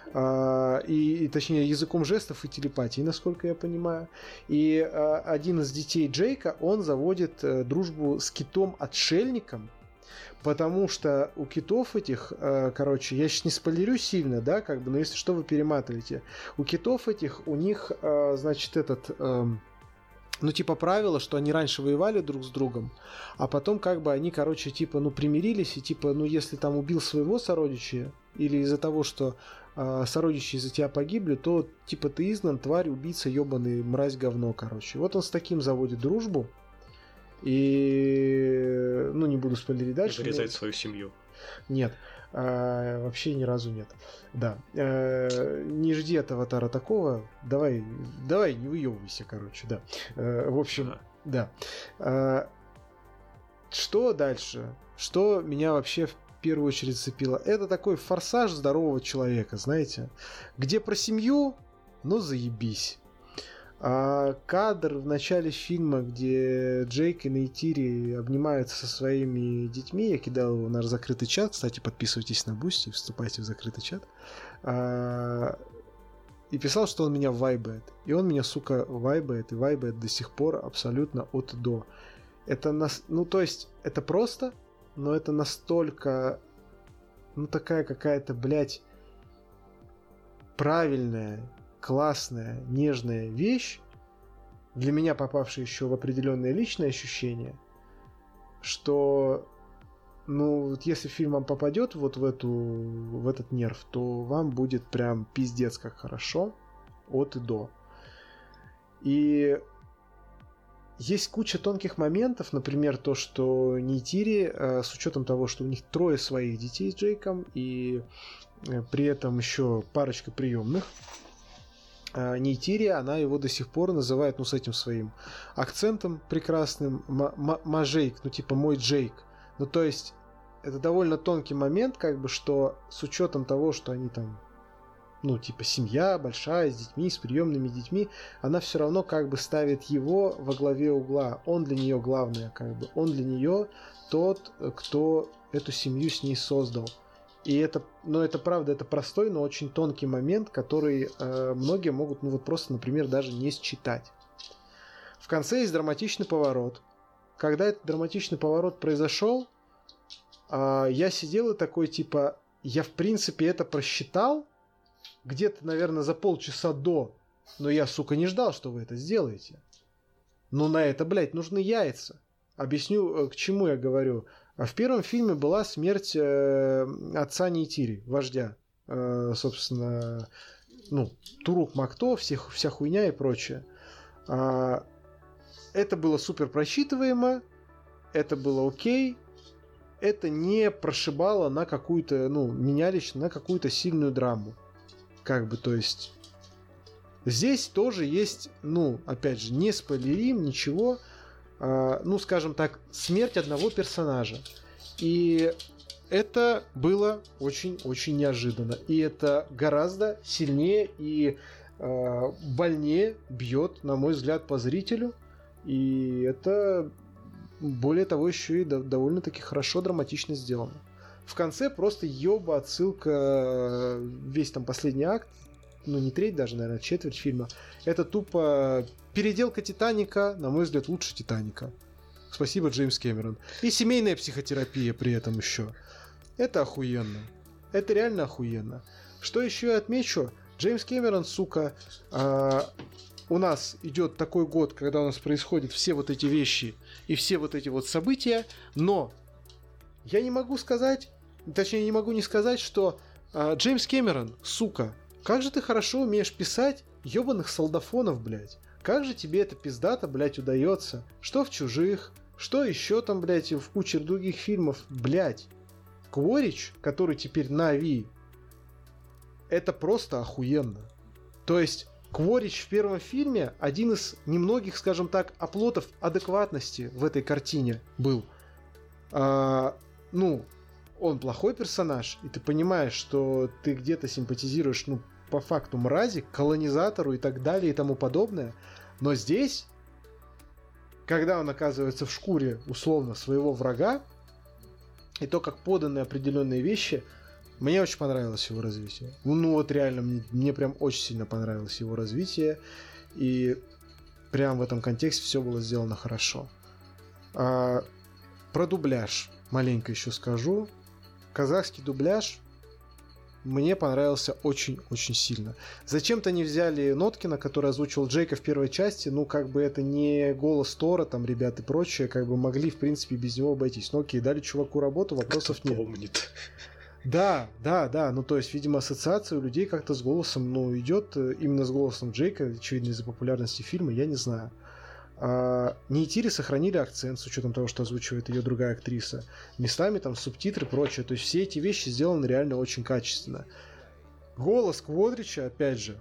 А, и, и точнее языком жестов и телепатией, насколько я понимаю. И а, один из детей Джейка, он заводит а, дружбу с китом-отшельником. Потому что у китов этих, э, короче, я сейчас не спойлерю сильно, да, как бы, но если что, вы перематываете. У китов этих, у них, э, значит, этот, э, ну, типа, правило, что они раньше воевали друг с другом, а потом, как бы, они, короче, типа, ну, примирились, и, типа, ну, если там убил своего сородича, или из-за того, что э, сородичи из-за тебя погибли, то типа ты изгнан, тварь, убийца, ебаный, мразь, говно, короче. Вот он с таким заводит дружбу. И, ну, не буду спойлерить дальше. И вырезает но... свою семью. Нет. А, вообще ни разу нет. Да. А, не жди от Аватара такого. Давай, давай, не выебывайся, короче, да. А, в общем, да. да. А, что дальше? Что меня вообще в первую очередь зацепило? Это такой форсаж здорового человека, знаете, где про семью, ну заебись. А кадр в начале фильма, где Джейк и Нейтири обнимаются со своими детьми, я кидал его в наш закрытый чат, кстати, подписывайтесь на Бусти, вступайте в закрытый чат, а, и писал, что он меня вайбает. И он меня, сука, вайбает, и вайбает до сих пор абсолютно от и до. Это, нас... ну, то есть, это просто, но это настолько, ну, такая какая-то, блядь, правильная, классная, нежная вещь, для меня попавшая еще в определенные личные ощущения, что, ну, вот если фильм вам попадет вот в эту, в этот нерв, то вам будет прям пиздец как хорошо от и до. И есть куча тонких моментов, например, то, что Нейтири, э, с учетом того, что у них трое своих детей с Джейком, и э, при этом еще парочка приемных, Нейтири, она его до сих пор называет, ну, с этим своим акцентом прекрасным, Мажейк, ну, типа мой Джейк. Ну, то есть, это довольно тонкий момент, как бы, что с учетом того, что они там, ну, типа, семья большая, с детьми, с приемными детьми, она все равно, как бы, ставит его во главе угла. Он для нее главное, как бы. Он для нее тот, кто эту семью с ней создал. И это, ну, это правда, это простой, но очень тонкий момент, который э, многие могут, ну, вот просто, например, даже не считать. В конце есть драматичный поворот. Когда этот драматичный поворот произошел, э, я сидел и такой, типа, я, в принципе, это просчитал где-то, наверное, за полчаса до, но я, сука, не ждал, что вы это сделаете. Но на это, блядь, нужны яйца. Объясню, к чему я говорю. В первом фильме была смерть э, отца Нейтири, вождя. Э, собственно, ну, Турук Макто, всех, вся хуйня и прочее. А, это было супер просчитываемо, это было окей, это не прошибало на какую-то, ну, меня лично, на какую-то сильную драму. Как бы, то есть... Здесь тоже есть, ну, опять же, не спойлерим, ничего... ну, скажем так, смерть одного персонажа. И это было очень-очень неожиданно. И это гораздо сильнее и э, больнее бьет, на мой взгляд, по зрителю. И это, более того, еще и довольно-таки хорошо, драматично сделано. В конце просто ёба отсылка, весь там последний акт, ну, не треть даже, наверное, четверть фильма. Это тупо... Переделка Титаника, на мой взгляд, лучше Титаника. Спасибо, Джеймс Кэмерон. И семейная психотерапия при этом еще. Это охуенно. Это реально охуенно. Что еще я отмечу? Джеймс Кэмерон, сука, э, у нас идет такой год, когда у нас происходят все вот эти вещи и все вот эти вот события, но я не могу сказать, точнее, не могу не сказать, что э, Джеймс Кэмерон, сука, как же ты хорошо умеешь писать ебаных солдафонов, блядь. Как же тебе это пиздато, блядь, удается? Что в «Чужих», что еще там, блядь, в куче других фильмов, блядь. Кворич, который теперь Нави, это просто охуенно. То есть, Кворич в первом фильме один из немногих, скажем так, оплотов адекватности в этой картине был. А, ну, он плохой персонаж, и ты понимаешь, что ты где-то симпатизируешь, ну, по факту мрази, колонизатору и так далее и тому подобное. Но здесь, когда он оказывается в шкуре условно своего врага, и то, как поданы определенные вещи, мне очень понравилось его развитие. Ну вот реально, мне, мне прям очень сильно понравилось его развитие. И прям в этом контексте все было сделано хорошо. А, про дубляж маленько еще скажу. Казахский дубляж мне понравился очень-очень сильно. Зачем-то не взяли Ноткина, который озвучивал Джейка в первой части. Ну, как бы это не голос Тора, там, ребят и прочее. Как бы могли, в принципе, без него обойтись. Ну, окей, дали чуваку работу, вопросов Кто нет. помнит. Да, да, да. Ну, то есть, видимо, ассоциация у людей как-то с голосом, ну, идет именно с голосом Джейка, очевидно, из-за популярности фильма, я не знаю. А, Нейтири сохранили акцент с учетом того, что озвучивает ее другая актриса. Местами там субтитры и прочее. То есть все эти вещи сделаны реально очень качественно. Голос Кводрича, опять же,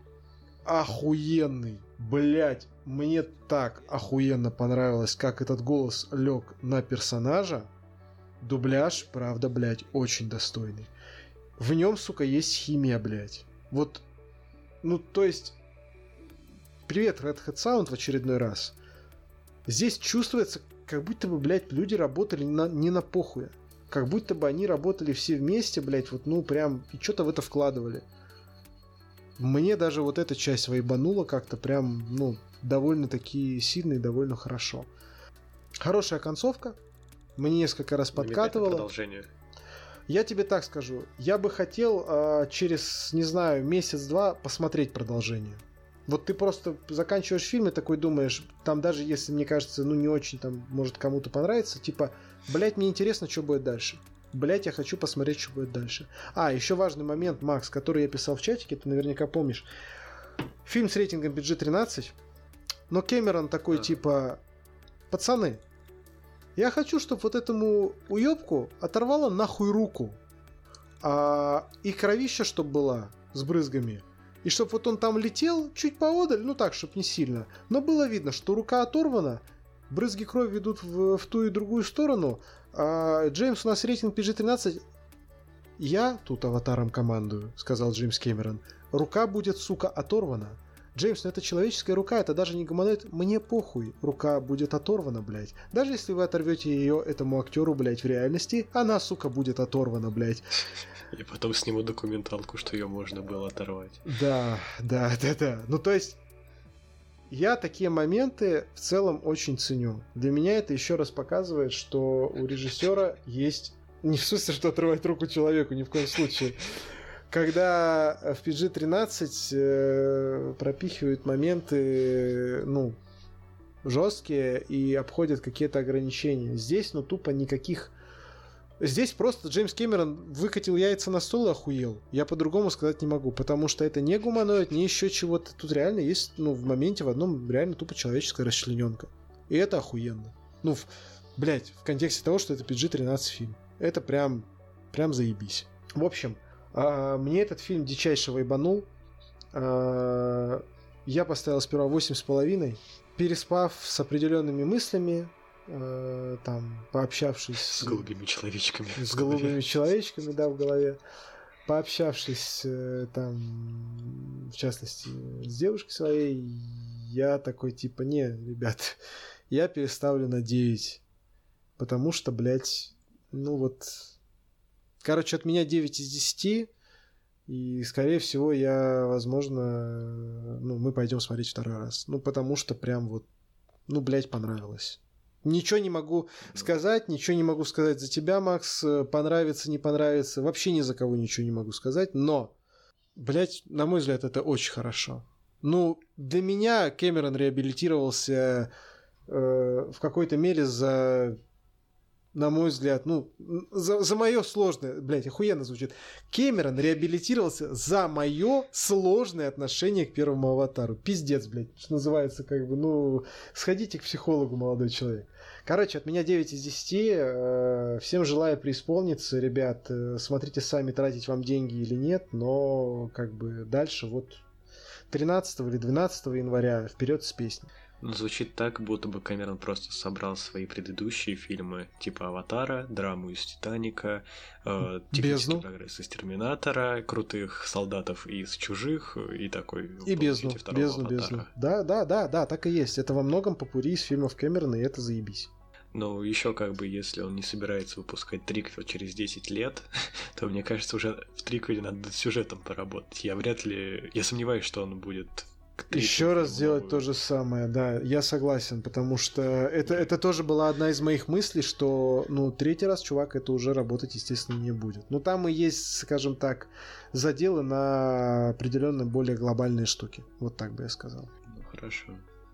охуенный. Блять, мне так охуенно понравилось, как этот голос лег на персонажа. Дубляж, правда, блять, очень достойный. В нем, сука, есть химия, блять. Вот, ну, то есть... Привет, Red Hat Sound в очередной раз. Здесь чувствуется, как будто бы, блядь, люди работали не на, не на похуя. Как будто бы они работали все вместе, блядь, вот, ну, прям, и что-то в это вкладывали. Мне даже вот эта часть вайбанула как-то прям, ну, довольно-таки сильно и довольно хорошо. Хорошая концовка. Мне несколько раз подкатывало. Продолжение. Я тебе так скажу. Я бы хотел э, через, не знаю, месяц-два посмотреть продолжение. Вот ты просто заканчиваешь фильм и такой думаешь, там даже если, мне кажется, ну не очень там, может кому-то понравится, типа, блять, мне интересно, что будет дальше. Блять, я хочу посмотреть, что будет дальше. А, еще важный момент, Макс, который я писал в чатике, ты наверняка помнишь. Фильм с рейтингом пи джи тринадцать, но Кэмерон такой, да. Типа, пацаны, я хочу, чтобы вот этому уебку оторвало нахуй руку. А, и кровища, чтобы была с брызгами. И чтобы вот он там летел чуть поодаль, ну так, чтобы не сильно. Но было видно, что рука оторвана, брызги крови ведут в, в ту и другую сторону. А Джеймс, у нас рейтинг пи джи тринадцать. Я тут аватаром командую, сказал Джеймс Кэмерон. Рука будет, сука, оторвана. Джеймс, ну это человеческая рука, это даже не гуманоид. Мне похуй, рука будет оторвана, блядь. Даже если вы оторвете ее этому актеру, блядь, в реальности, она, сука, будет оторвана, блядь. И потом сниму документалку, что ее можно было оторвать. Да, да, да, да. Ну, то есть, я такие моменты в целом очень ценю. Для меня это еще раз показывает, что у режиссера есть... Не в смысле, что отрывать руку человеку, ни в коем случае. Когда в пи джи тринадцать э, пропихивают моменты, ну, жесткие и обходят какие-то ограничения. Здесь, ну, тупо никаких... Здесь просто Джеймс Кэмерон выкатил яйца на стол и охуел. Я по-другому сказать не могу, потому что это не гуманоид, не еще чего-то. Тут реально есть, ну, в моменте в одном реально тупо человеческая расчлененка. И это охуенно. Ну, в, блять, в контексте того, что это пи джи тринадцать фильм. Это прям, прям заебись. В общем, э, мне этот фильм дичайше вайбанул. Э, я поставил сперва восемь с половиной. Переспав с определенными мыслями, там, пообщавшись с голубыми человечками с голубыми человечками, да, в голове, пообщавшись там, в частности, с девушкой своей, я такой, типа, не, ребят, я переставлю на девять, потому что, блядь, ну вот, короче, от меня девять из десяти, и, скорее всего, я, возможно, ну, мы пойдем смотреть второй раз, ну, потому что прям вот, ну, блядь, понравилось. Ничего не могу сказать, ничего не могу сказать за тебя, Макс, понравится, не понравится, вообще ни за кого ничего не могу сказать, но, блять, на мой взгляд, это очень хорошо. Ну, для меня Кэмерон реабилитировался э, в какой-то мере за, на мой взгляд, ну, за, за мое сложное, блять, охуенно звучит, Кэмерон реабилитировался за мое сложное отношение к первому аватару. Пиздец, блять, что называется, как бы, ну, сходите к психологу, молодой человек. Короче, от меня девять из десяти. Всем желаю преисполниться, ребят. Смотрите сами, тратить вам деньги или нет, но как бы дальше вот тринадцатого или двенадцатого января вперед с песней. Ну, звучит так, будто бы Кэмерон просто собрал свои предыдущие фильмы, типа «Аватара», драму из «Титаника», э, технический Бездну. прогресс из «Терминатора», крутых солдатов из «Чужих» и такой... И «Бездну», «Бездну», «Бездну». Да, да, да, да, так и есть. Это во многом попурри из фильмов Кэмерона, и это заебись. Но еще как бы, если он не собирается выпускать триквел через десять лет, то, мне кажется, уже в триквеле надо над сюжетом поработать. Я вряд ли... Я сомневаюсь, что он будет... Еще раз сделать то же самое, да, я согласен, потому что это, это тоже была одна из моих мыслей, что, ну, третий раз, чувак, это уже работать, естественно, не будет. Но там и есть, скажем так, заделы на определенно более глобальные штуки. Вот так бы я сказал. Ну, хорошо.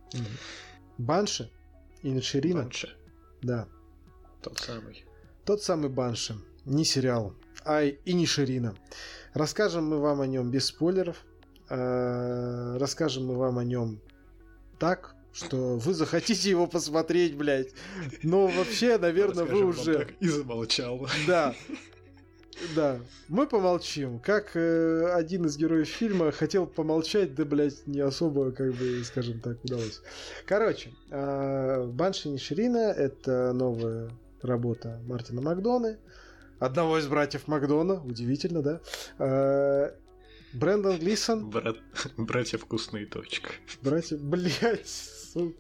Банши и Инширина. Банши. Да. Тот самый. Тот самый Банши. Не сериал, Ай Иниширина. Расскажем мы вам о нем без спойлеров. Расскажем мы вам о нем так, что вы захотите его посмотреть, блядь. Но вообще, наверное, вы уже... Так и замолчал. Да. Да, мы помолчим. Как э, один из героев фильма хотел помолчать, да, блядь, не особо, как бы, скажем так, удалось. Короче, э, Банши Иниширина — это новая работа Мартина Макдоны, одного из братьев Макдона, удивительно, да? Э, Брэндон Глисон. Брат... Братья Вкусная точка. Братья, блядь, сука.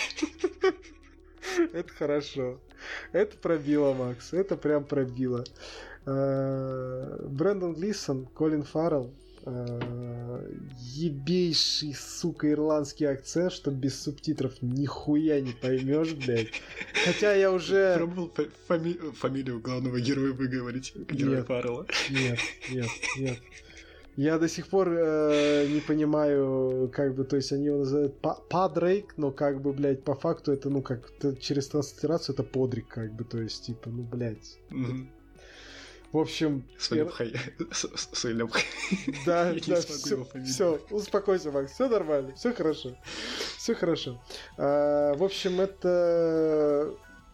Это хорошо. Это пробило, Макс. Это прям пробило. Брэндон Глисон, Колин Фаррелл, ебейший, сука, ирландский акцент, что без субтитров нихуя не поймешь, блядь. Хотя я уже... Пробовал фами... фамилию главного героя выговорить, героя Фаррелла? Нет, нет, нет. Я до сих пор э, не понимаю, как бы, то есть они его называют Падрейк, но как бы, блядь, по факту это, ну, как через транслитерацию это Подрик, как бы, то есть, типа, ну, блядь. Mm-hmm. В общем... Сулемхай. Сулемхай. Да, да, все, успокойся, Макс, все нормально, все хорошо. Все хорошо. А, в общем, это...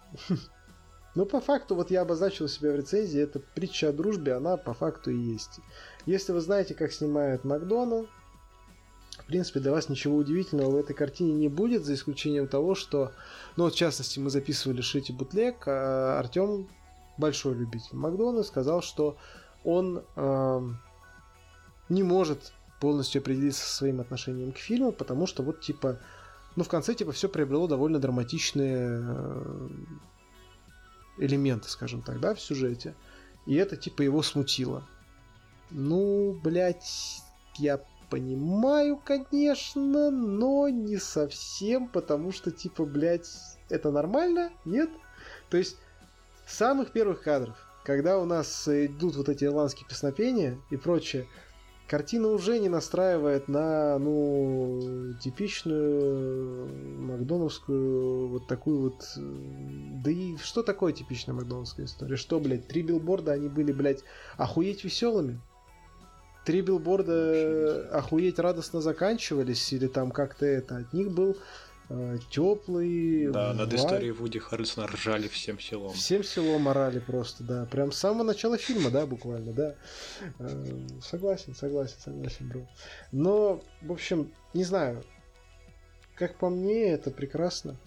Ну, по факту, вот я обозначил себя в рецензии, это притча о дружбе, она по факту и есть. Если вы знаете, как снимает Макдона, в принципе, для вас ничего удивительного в этой картине не будет, за исключением того, что... Ну, вот, в частности, мы записывали Шити бутлег, а Артём, большой любитель Макдона, сказал, что он э, не может полностью определиться со своим отношением к фильму, потому что вот, типа... Ну, в конце, типа, все приобрело довольно драматичные... Э, элементы, скажем так, да, в сюжете. И это, типа, его смутило. Ну, блядь, я понимаю, конечно, но не совсем, потому что, типа, блядь, это нормально? Нет? То есть, с самых первых кадров, когда у нас идут вот эти ирландские песнопения и прочее, картина уже не настраивает на, ну, типичную макдоновскую вот такую вот... Да и что такое типичная макдоновская история? Что, блядь, три билборда, они были, блядь, охуеть веселыми? Три билборда охуеть радостно заканчивались? Или там как-то это? От них был э, теплый... Да, над вайб. Историей Вуди Харрельсона ржали всем селом. Всем селом орали просто, да. Прям с самого начала фильма, да, буквально, да. Э, согласен, согласен, согласен, бро. Но, в общем, не знаю. Как по мне, это прекрасно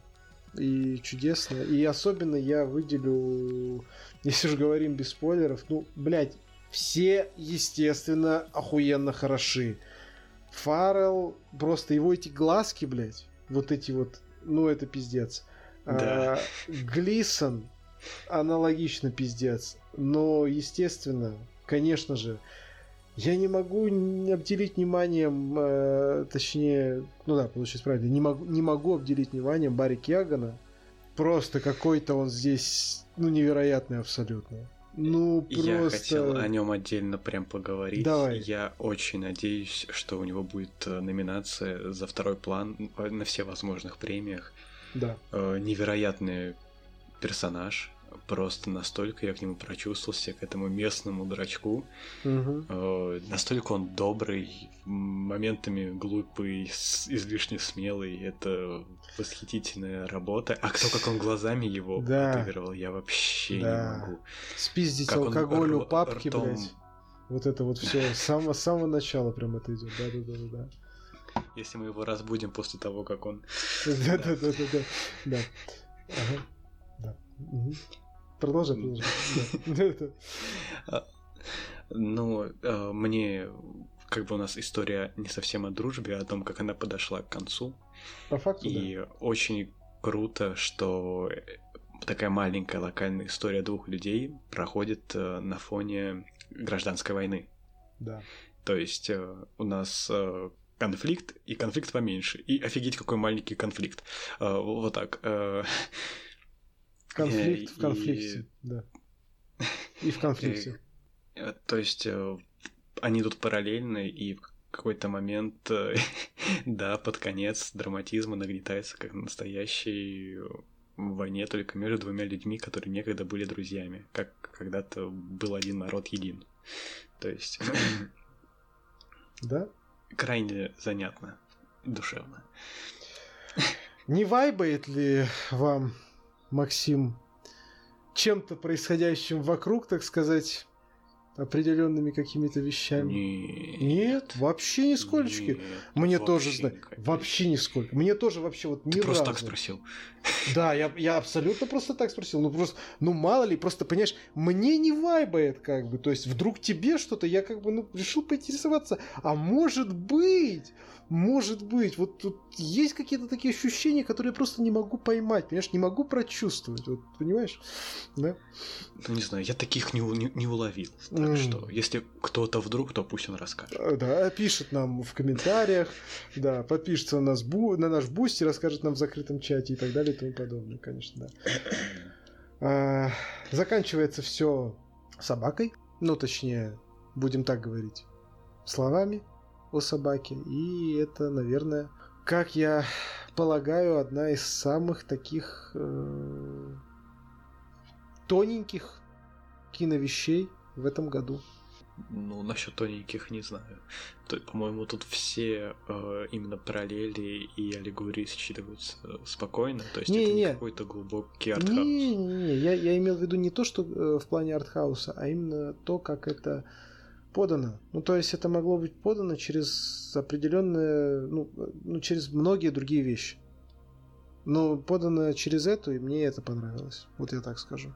и чудесно. И особенно я выделю, если уж говорим без спойлеров, ну, блядь, все, естественно, охуенно хороши. Фаррелл, просто его эти глазки, блядь, вот эти вот, ну, это пиздец. Да. А, Глисон, аналогично пиздец. Но, естественно, конечно же, я не могу не обделить вниманием, э, точнее, ну да, получилось правильно, не могу, не могу обделить вниманием Барри Кеогана. Просто какой-то он здесь, ну, невероятный абсолютно. Ну, просто... Я хотел о нем отдельно прям поговорить. Давай. Я очень надеюсь, что у него будет номинация за второй план на все возможных премиях. Да. Невероятный персонаж. Просто настолько я к нему прочувствовался, к этому местному дурачку. Угу. Э, настолько он добрый, моментами глупый, излишне смелый. Это восхитительная работа. А кто как он глазами его да. отыгрывал, я вообще да. не могу. Спиздить как алкоголь у р- папки, ртом... блядь. Вот это вот все с самого, с самого начала прям это идет. Да, да, да, да. Если мы его разбудим после того, как он. Да, да, да, да, да. Ага. Да. Продолжай, продолжай. Ну, мне, как бы у нас история не совсем о дружбе, а о том, как она подошла к концу. По факту, и да. очень круто, что такая маленькая локальная история двух людей проходит на фоне гражданской войны. Да. То есть у нас конфликт, и конфликт поменьше. И офигеть, какой маленький конфликт. Вот так. Конфликт и... в конфликте, да. И в конфликте. То есть они тут параллельно, и в какой-то момент, да, под конец драматизма нагнетается как настоящий в войне только между двумя людьми, которые некогда были друзьями, как когда-то был один народ един. То есть... Да? Крайне занятно, душевно. Не вайбает ли вам, Максим, чем-то происходящим вокруг, так сказать, определенными какими-то вещами? Нет. Нет, вообще нисколько. Нет, Мне вообще тоже, знаю, никаких. вообще нисколько. Мне тоже вообще вот ни Ты просто разу. так спросил. Да, я, я абсолютно просто так спросил. Ну просто, ну мало ли, просто, понимаешь, мне не вайбает как бы. То есть вдруг тебе что-то, я как бы, ну, решил поинтересоваться. А может быть... Может быть, вот тут есть какие-то такие ощущения, которые я просто не могу поймать, понимаешь, не могу прочувствовать, вот, понимаешь, да? Ну, не знаю, я таких не, не, не уловил, так mm. что, если кто-то вдруг, то пусть он расскажет. Да, пишет нам в комментариях, да, подпишется на, нас, на наш бусти, расскажет нам в закрытом чате и так далее и тому подобное, конечно, да. А, заканчивается все собакой, ну, точнее, будем так говорить, словами о собаке, и это, наверное, как я полагаю, одна из самых таких э, тоненьких киновещей в этом году. Ну, насчет тоненьких не знаю. То, по-моему, тут все э, именно параллели и аллегории считываются спокойно, то есть не, это не, не какой-то глубокий артхаус. Не-не-не, я, я имел в виду не то, что э, в плане артхауса, а именно то, как это подано. Ну, то есть это могло быть подано через определенные, ну, ну, через многие другие вещи. Но подано через эту, и мне это понравилось. Вот я так скажу.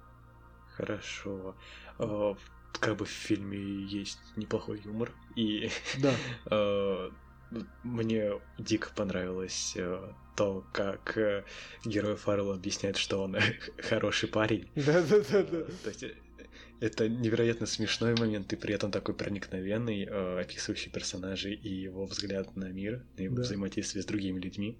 Хорошо. Uh, как бы в фильме есть неплохой юмор, и да. uh, мне дико понравилось uh, то, как uh, герой Фаррелла объясняет, что он хороший парень. Да-да-да. То есть это невероятно смешной момент, и при этом такой проникновенный, э, описывающий персонажей и его взгляд на мир, на его да. взаимодействие с другими людьми.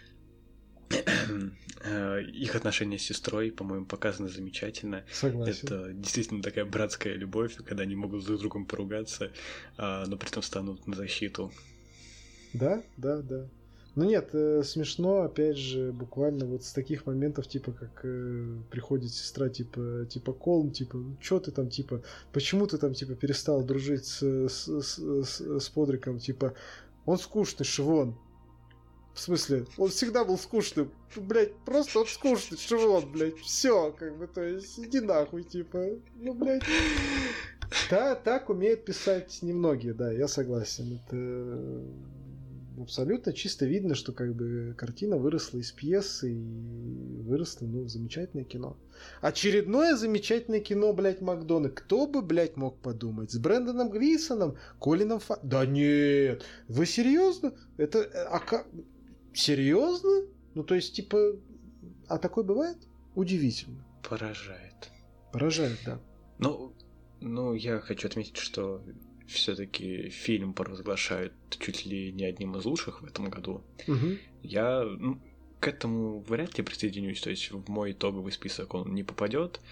Их отношения с сестрой, по-моему, показаны замечательно. Согласен. Это действительно такая братская любовь, когда они могут друг с другом поругаться, но при этом станут на защиту. Да, да, да. Ну нет, э, смешно, опять же, буквально вот с таких моментов, типа, как э, приходит сестра, типа, типа, Колм, типа, ну чё ты там, типа, почему ты там, типа, перестал дружить с, с, с, с, с Подриком, типа, он скучный, Шивон. В смысле, он всегда был скучным, блядь, просто он скучный, Шивон, блядь, все, как бы, то есть, иди нахуй, типа, ну, блядь. Да, так умеют писать немногие, да, я согласен, это... Абсолютно чисто видно, что как бы картина выросла из пьесы и выросла, ну, в замечательное кино. Очередное замечательное кино, блядь, Макдона. Кто бы, блядь, мог подумать? С Брэндоном Глисоном, Колином Фа... Да нет! Вы серьезно? Это... А как... Серьезно? Ну, то есть, типа... А такое бывает? Удивительно. Поражает. Поражает, да. Ну, ну, я хочу отметить, что... все-таки фильм провозглашают чуть ли не одним из лучших в этом году. Угу. Я ну, к этому вряд ли присоединюсь, то есть в мой итоговый список он не попадет,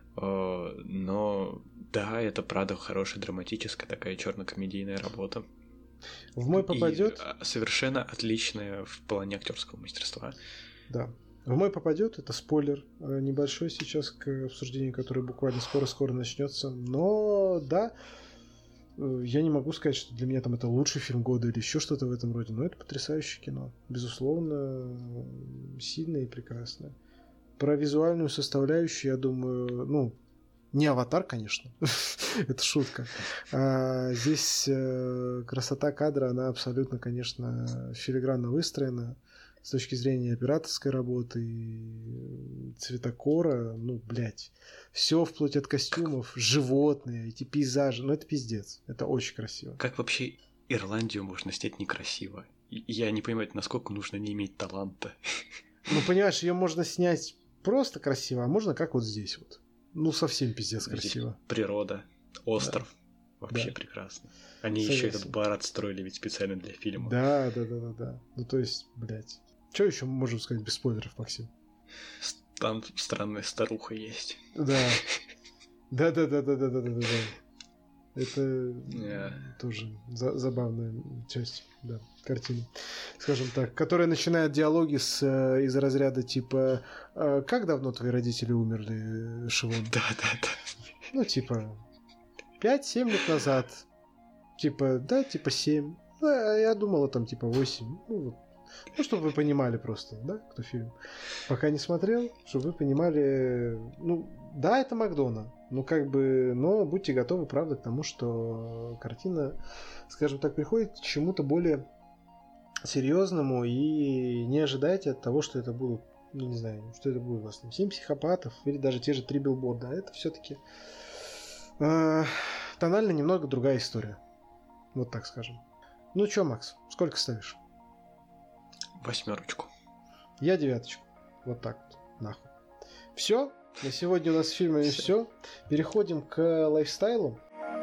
но да, это правда хорошая драматическая такая черно-комедийная работа. В мой попадет. И совершенно отличная в плане актерского мастерства. Да. В мой попадет, это спойлер небольшой сейчас к обсуждению, которое буквально скоро-скоро начнется. Но да. Я не могу сказать, что для меня там это лучший фильм года или еще что-то в этом роде, но это потрясающее кино. Безусловно, сильное и прекрасное. Про визуальную составляющую, я думаю, ну, не «Аватар», конечно, это шутка. А здесь красота кадра, она абсолютно, конечно, филигранно выстроена. С точки зрения операторской работы, цветокора, ну, блядь, все вплоть от костюмов, животные, эти пейзажи, ну, это пиздец, это очень красиво. Как вообще Ирландию можно снять некрасиво? Я не понимаю, насколько нужно не иметь таланта. Ну, понимаешь, ее можно снять просто красиво, а можно как вот здесь вот. Ну, совсем пиздец красиво. Здесь природа, остров. Да. Вообще да. Прекрасно. Они еще этот бар отстроили ведь специально для фильма. Да, да, да, да, да. Ну, то есть, блядь. Что еще можем сказать без спойлеров, Максим? Там странная старуха есть. Да. Да, да, да, да, да, да, да, да. Это yeah. тоже за- забавная часть, да, картины, скажем так, которая начинает диалоги с, из разряда типа «Как давно твои родители умерли, Шивон?» Да-да-да. Ну, типа пять-семь лет назад. Типа, да, типа семь. Да, я думала там типа восемь. Ну, ну, чтобы вы понимали просто, да, кто фильм. Пока не смотрел, чтобы вы понимали, ну, да, это Макдона. Ну, как бы, но будьте готовы, правда, к тому, что картина, скажем так, приходит к чему-то более серьезному, и не ожидайте от того, что это будут, ну, не знаю, что это будет у вас там семь психопатов или даже те же три билборда. Это все-таки э, тонально немного другая история. Вот так скажем. Ну чё, Макс, сколько ставишь? Восьмерочку. Я девяточку. Вот так вот. Нахуй. Все. На сегодня у нас с фильмами все. Переходим к лайфстайлу.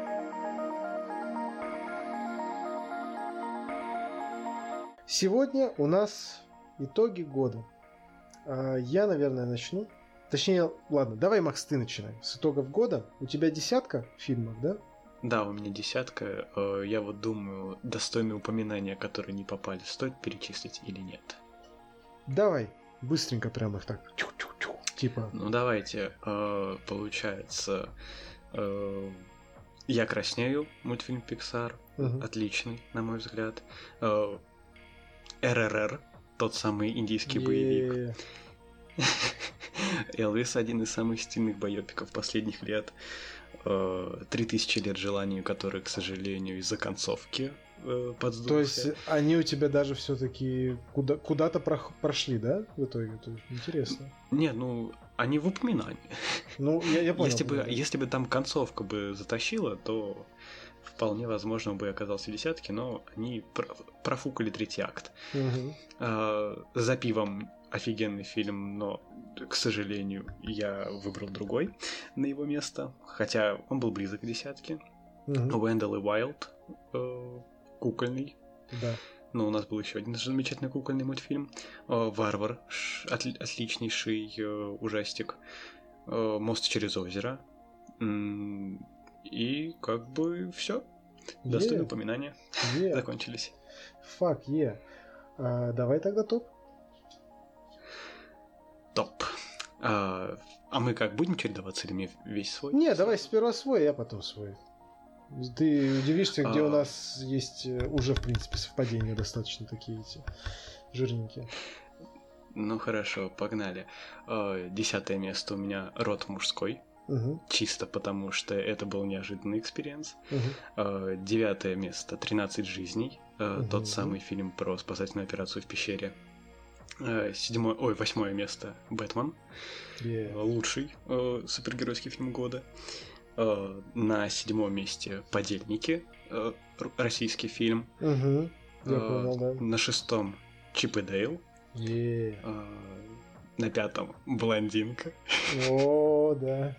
Сегодня у нас итоги года. Я, наверное, начну. Точнее, ладно, давай, Макс, ты начинай. С итогов года. У тебя десятка фильмов, да? Да, у меня десятка. Я вот думаю, достойные упоминания, которые не попали, стоит перечислить или нет? Давай, быстренько прям их так. Чу-чу-чу. Типа. Ну давайте. Получается, «Я краснею», мультфильм Pixar. Угу. Отличный, на мой взгляд. эр эр эр, тот самый индийский yeah. боевик. Элвис — один из самых стильных байопиков последних лет. Три тысячи лет желанию, который, к сожалению, из-за концовки э, подсдулся. То есть они у тебя даже все-таки куда- куда-то про- прошли, да, в итоге? То есть, интересно. Не, ну, они в упоминании. Ну, я, я понял. Если бы, если бы там концовка бы затащила, то вполне возможно бы оказался в десятке, но они про- профукали третий акт. Угу. А, за пивом офигенный фильм, но, к сожалению, я выбрал другой на его место, хотя он был близок к десятке. Уэндell и Уайлд, э, кукольный. Да. Но у нас был еще один замечательный кукольный мультфильм. Э, Варвар, ш, от, отличнейший э, ужастик. Э, Мост через озеро. М- и как бы все. Достойные yeah. упоминания yeah. закончились. Fuck yeah. А, давай тогда топ. Топ. А, а мы как, будем чередоваться или мне весь свой? Не, давай сперва свой, а потом свой. Ты удивишься, где а... у нас есть уже, в принципе, совпадения достаточно такие эти жирненькие. Ну хорошо, погнали. Десятое место у меня «Род мужской». Угу. Чисто потому, что это был неожиданный экспириенс. Угу. Девятое место «тринадцать жизней». Угу. Тот самый фильм про спасательную операцию в пещере. Седьмое, ой, восьмое место «Бэтмен». Yeah. Лучший э, супергеройский фильм года. Э, на седьмом месте «Подельники», э, российский фильм. Uh-huh. Я э, понял, да. На шестом «Чип и Дейл». Yeah. Э, на пятом «Блондинка». О, да.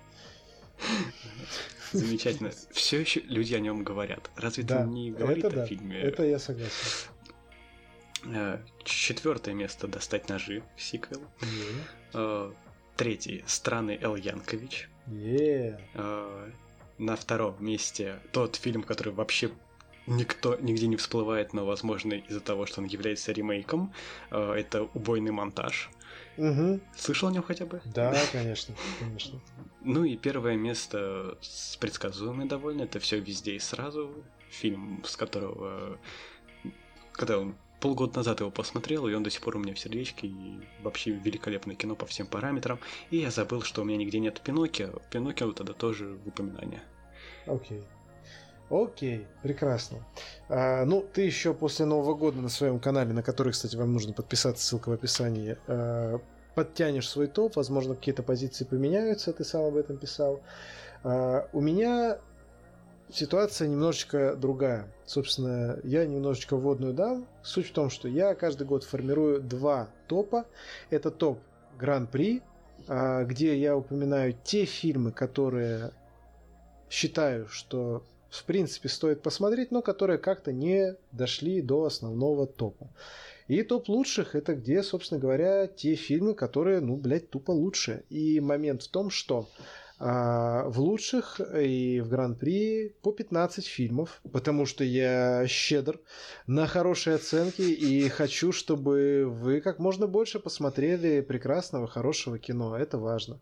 Замечательно. Все еще люди о нем говорят. Разве да, это не говорит это о да. фильме? Это я согласен. Четвертое место «Достать ножи», сиквел. Yeah. Третий «Странный Эл Янкович». Yeah. На втором месте тот фильм, который вообще никто нигде не всплывает, но, возможно, из-за того, что он является ремейком. Это «Убойный монтаж». Угу. Слышал о нем хотя бы? Да, конечно, конечно. Ну и первое место с предсказуемой довольно. Это «Все везде и сразу». Фильм, с которого... Когда он полгода назад его посмотрел, и он до сих пор у меня в сердечке, и вообще великолепное кино по всем параметрам. И я забыл, что у меня нигде нет Пиноккио. Пиноккио тогда тоже в упоминании. Окей. Окей, прекрасно. А, ну, ты еще после Нового года на своем канале, на который, кстати, вам нужно подписаться, ссылка в описании, а, подтянешь свой топ, возможно, какие-то позиции поменяются, ты сам об этом писал. А, у меня ситуация немножечко другая. Собственно, я немножечко вводную дам. Суть в том, что я каждый год формирую два топа. Это топ Гран-при, где я упоминаю те фильмы, которые считаю, что в принципе стоит посмотреть, но которые как-то не дошли до основного топа. И топ лучших — это где, собственно говоря, те фильмы, которые, ну, блядь, тупо лучше. И момент в том, что А в лучших и в Гран-при по пятнадцать фильмов, потому что я щедр на хорошие оценки и хочу, чтобы вы как можно больше посмотрели прекрасного, хорошего кино. Это важно.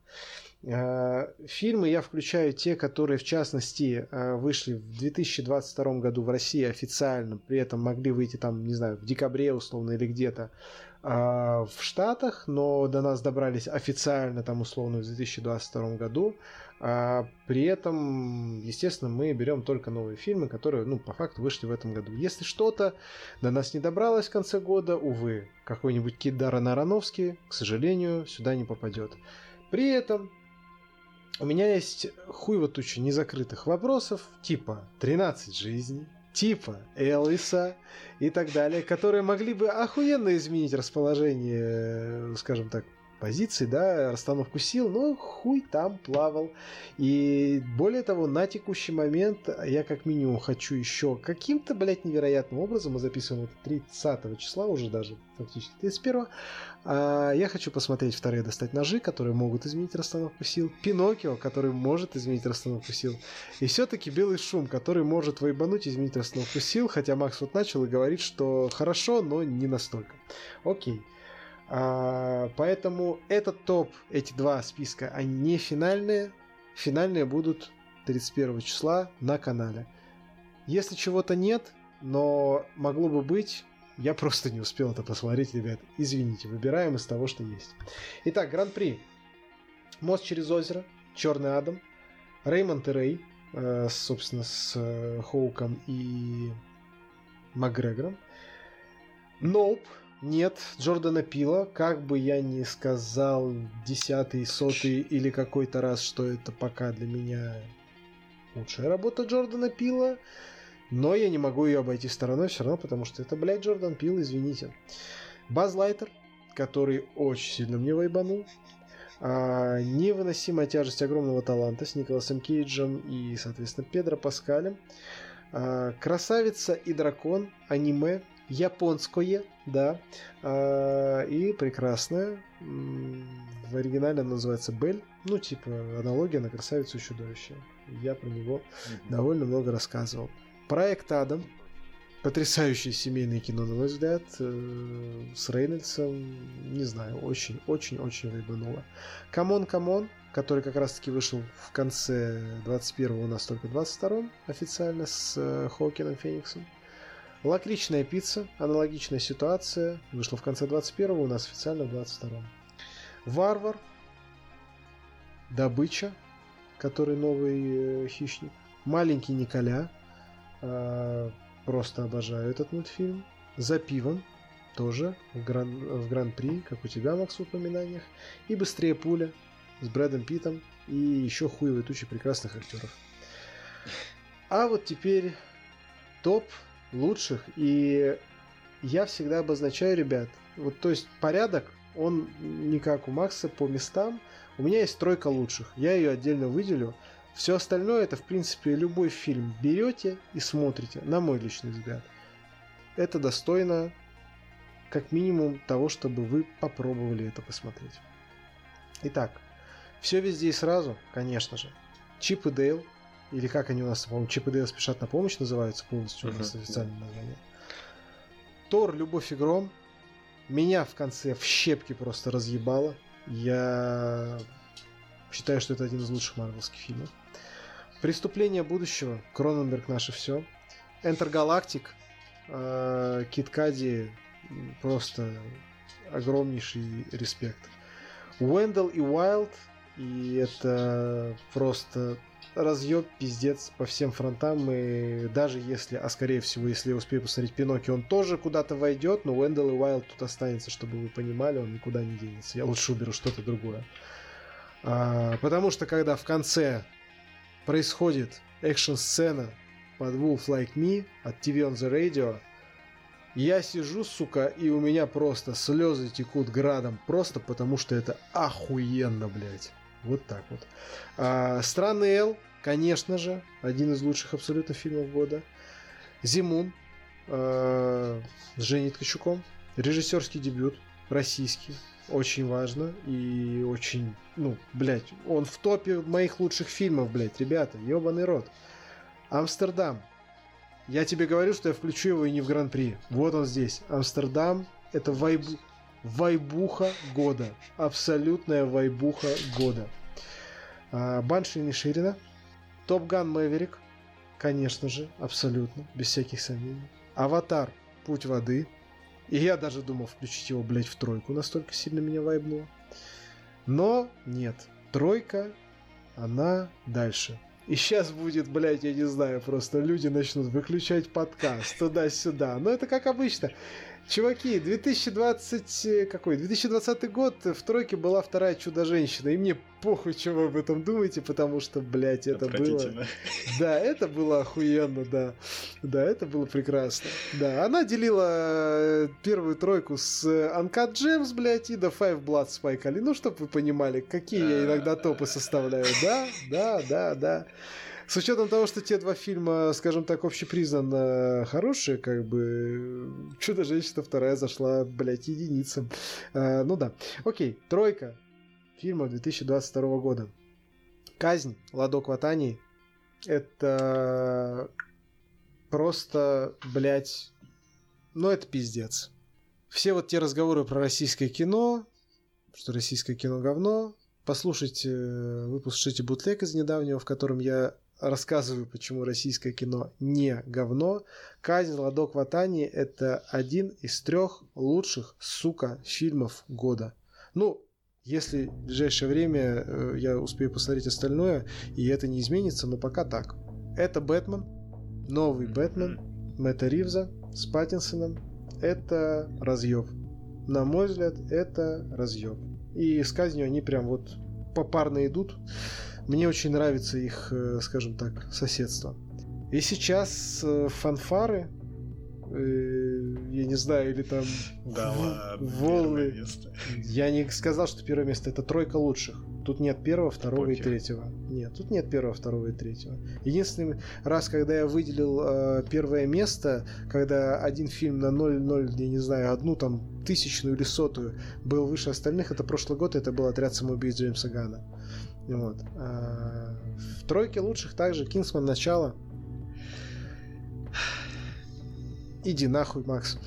Фильмы я включаю те, которые, в частности, вышли в две тысячи двадцать втором году в России официально, при этом могли выйти там, не знаю, в декабре условно или где-то в Штатах, но до нас добрались официально там условно в две тысячи двадцать втором году. При этом, естественно, мы берем только новые фильмы, которые, ну, по факту вышли в этом году. Если что-то до нас не добралось в конце года, увы, какой-нибудь кит Даррен Аронофски, к сожалению, сюда не попадет. При этом у меня есть хуево туча незакрытых вопросов, типа тринадцать жизней, типа Элвиса и так далее, которые могли бы охуенно изменить расположение, скажем так, позиций, да, расстановку сил, но хуй там плавал. И более того, на текущий момент я как минимум хочу еще каким-то, блядь, невероятным образом, мы записываем это тридцатого числа, уже даже фактически тридцать первого, а я хочу посмотреть «Вторые достать ножи», которые могут изменить расстановку сил, «Пиноккио», который может изменить расстановку сил, и все-таки «Белый шум», который может выебануть и изменить расстановку сил, хотя Макс вот начал и говорит, что хорошо, но не настолько. Окей. А, поэтому этот топ, эти два списка, они не финальные. Финальные будут тридцать первого числа на канале. Если чего-то нет, но могло бы быть, я просто не успел это посмотреть, ребят. Извините, выбираем из того, что есть. Итак, Гран-при. «Мост через озеро», «Черный Адам», «Реймонд и Рэй», э, собственно, с э, Хоуком и Макгрегором, «Ноуп», нет, Джордана Пила, как бы я ни сказал десятый, сотый или какой-то раз, что это пока для меня лучшая работа Джордана Пила, но я не могу ее обойти стороной все равно, потому что это, блядь, Джордан Пил, извините. Базз Лайтер, который очень сильно мне вайбанул. А, «Невыносимая тяжесть огромного таланта» с Николасом Кейджем и, соответственно, Педро Паскалем. А, «Красавица и дракон», аниме, японское, да, а, и прекрасное. В оригинале оно называется Бель, ну, типа аналогия на «Красавицу и чудовище». Я про него mm-hmm. довольно много рассказывал. «Проект Адам», потрясающее семейное кино, на мой взгляд, с Рейнольдсом, не знаю, очень-очень-очень выбануло. «Камон, камон», который как раз-таки вышел в конце двадцать первого, у нас только в двадцать втором официально, с Хоакином Фениксом. «Лакричная пицца», аналогичная ситуация, вышла в конце двадцать первого, у нас официально в двадцать втором. «Варвар», «Добыча», который новый э, хищник. «Маленький Николя», э, просто обожаю этот мультфильм. «За пивом», тоже в, гран, в Гран-при, как у тебя, Макс, в упоминаниях. И «Быстрее пуля» с Брэдом Питтом и еще хуевой тучей прекрасных актеров. А вот теперь топ лучших, и я всегда обозначаю, ребят, вот, то есть порядок, он не как у Макса по местам. У меня есть тройка лучших, я ее отдельно выделю. Все остальное это, в принципе, любой фильм берете и смотрите, на мой личный взгляд. Это достойно, как минимум, того, чтобы вы попробовали это посмотреть. Итак, «Все везде и сразу», конечно же. «Чип и Дейл», или как они у нас, по-моему, «Чип и Дейл спешат на помощь» называются полностью, у нас uh-huh. официальное название. «Тор. Любовь и гром». Меня в конце в щепки просто разъебало. Я считаю, что это один из лучших марвелских фильмов. «Преступление будущего», Кроненберг наше все. «Энтергалактик», э, Кит Кади, просто огромнейший респект. «Уэндell и Уайлд», и это просто разъеб, пиздец по всем фронтам, и даже если, а скорее всего, если я успею посмотреть «Пиноккио», он тоже куда-то войдет, но Уэндell и Уайлд тут останется, чтобы вы понимали, он никуда не денется. Я лучше уберу что-то другое. А, потому что когда в конце происходит экшн-сцена под Wolf Like Me от ти ви on the Radio, я сижу, сука, и у меня просто слезы текут градом, просто потому что это охуенно, блядь. Вот так вот. А, «Странный Эл», конечно же, один из лучших абсолютно фильмов года. «Зимун» а, с Женей Ткачуком. Режиссерский дебют, российский. очень важно и очень, ну, блядь, он в топе моих лучших фильмов, блядь, ребята, ёбаный рот. Амстердам. Я тебе говорю, что я включу его и не в Гран-при. Вот он здесь. Амстердам — это вайбу... вайбуха года. Абсолютная вайбуха года. А, Банши Ниширина. Топ Ган Мэверик. Конечно же, абсолютно, без всяких сомнений. Аватар. Путь воды. И я даже думал включить его, блядь, в тройку. Настолько сильно меня вайбнуло. Но нет. Тройка, она дальше. И сейчас будет, блядь, я не знаю, просто люди начнут выключать подкаст туда-сюда. Но это как обычно. Чуваки, две тысячи двадцатый какой? две тысячи двадцатый год, в тройке была вторая Чудо-женщина. И мне похуй, что вы об этом думаете, потому что, блядь, это было... Да, это было охуенно, да. Да, это было прекрасно. Да, она делила первую тройку с Uncut Gems, блядь, и The Five Bloods Spike Lee. Ну, чтобы вы понимали, какие я иногда топы составляю. Да, да, да, да. С учетом того, что те два фильма, скажем так, общепризнанно хорошие, как бы Чудо-женщина вторая зашла, блядь, единицам. А, ну да. Окей, тройка фильмов две тысячи двадцать второго года. Казнь Ладо Кватани. Это просто, блядь, ну это пиздец. Все вот те разговоры про российское кино, что российское кино говно. Послушайте, выпустите бутлег из недавнего, в котором я рассказываю, почему российское кино не говно. Казнь Ладо Кватани — это один из трех лучших, сука, фильмов года. Ну, если в ближайшее время э, я успею посмотреть остальное, и это не изменится, но пока так. Это Бэтмен, новый Бэтмен Мэтта Ривза с Паттинсоном. Это разъеб. На мой взгляд, это разъеб. И с казнью они прям вот попарно идут. Мне очень нравится их, скажем так, соседство. И сейчас фанфары, я не знаю, или там да в... ладно, волны. Я не сказал, что первое место. Это тройка лучших. Тут нет первого, второго Покер. и третьего. Нет, тут нет первого, второго и третьего. Единственный раз, когда я выделил э, первое место, когда один фильм на ноль ноль, я не знаю, одну там тысячную или сотую был выше остальных, это прошлый год, это был «Отряд самоубийц» Джеймса Ганна. Вот. А в тройке лучших также «Кингсман. Начало». Иди нахуй, Макс.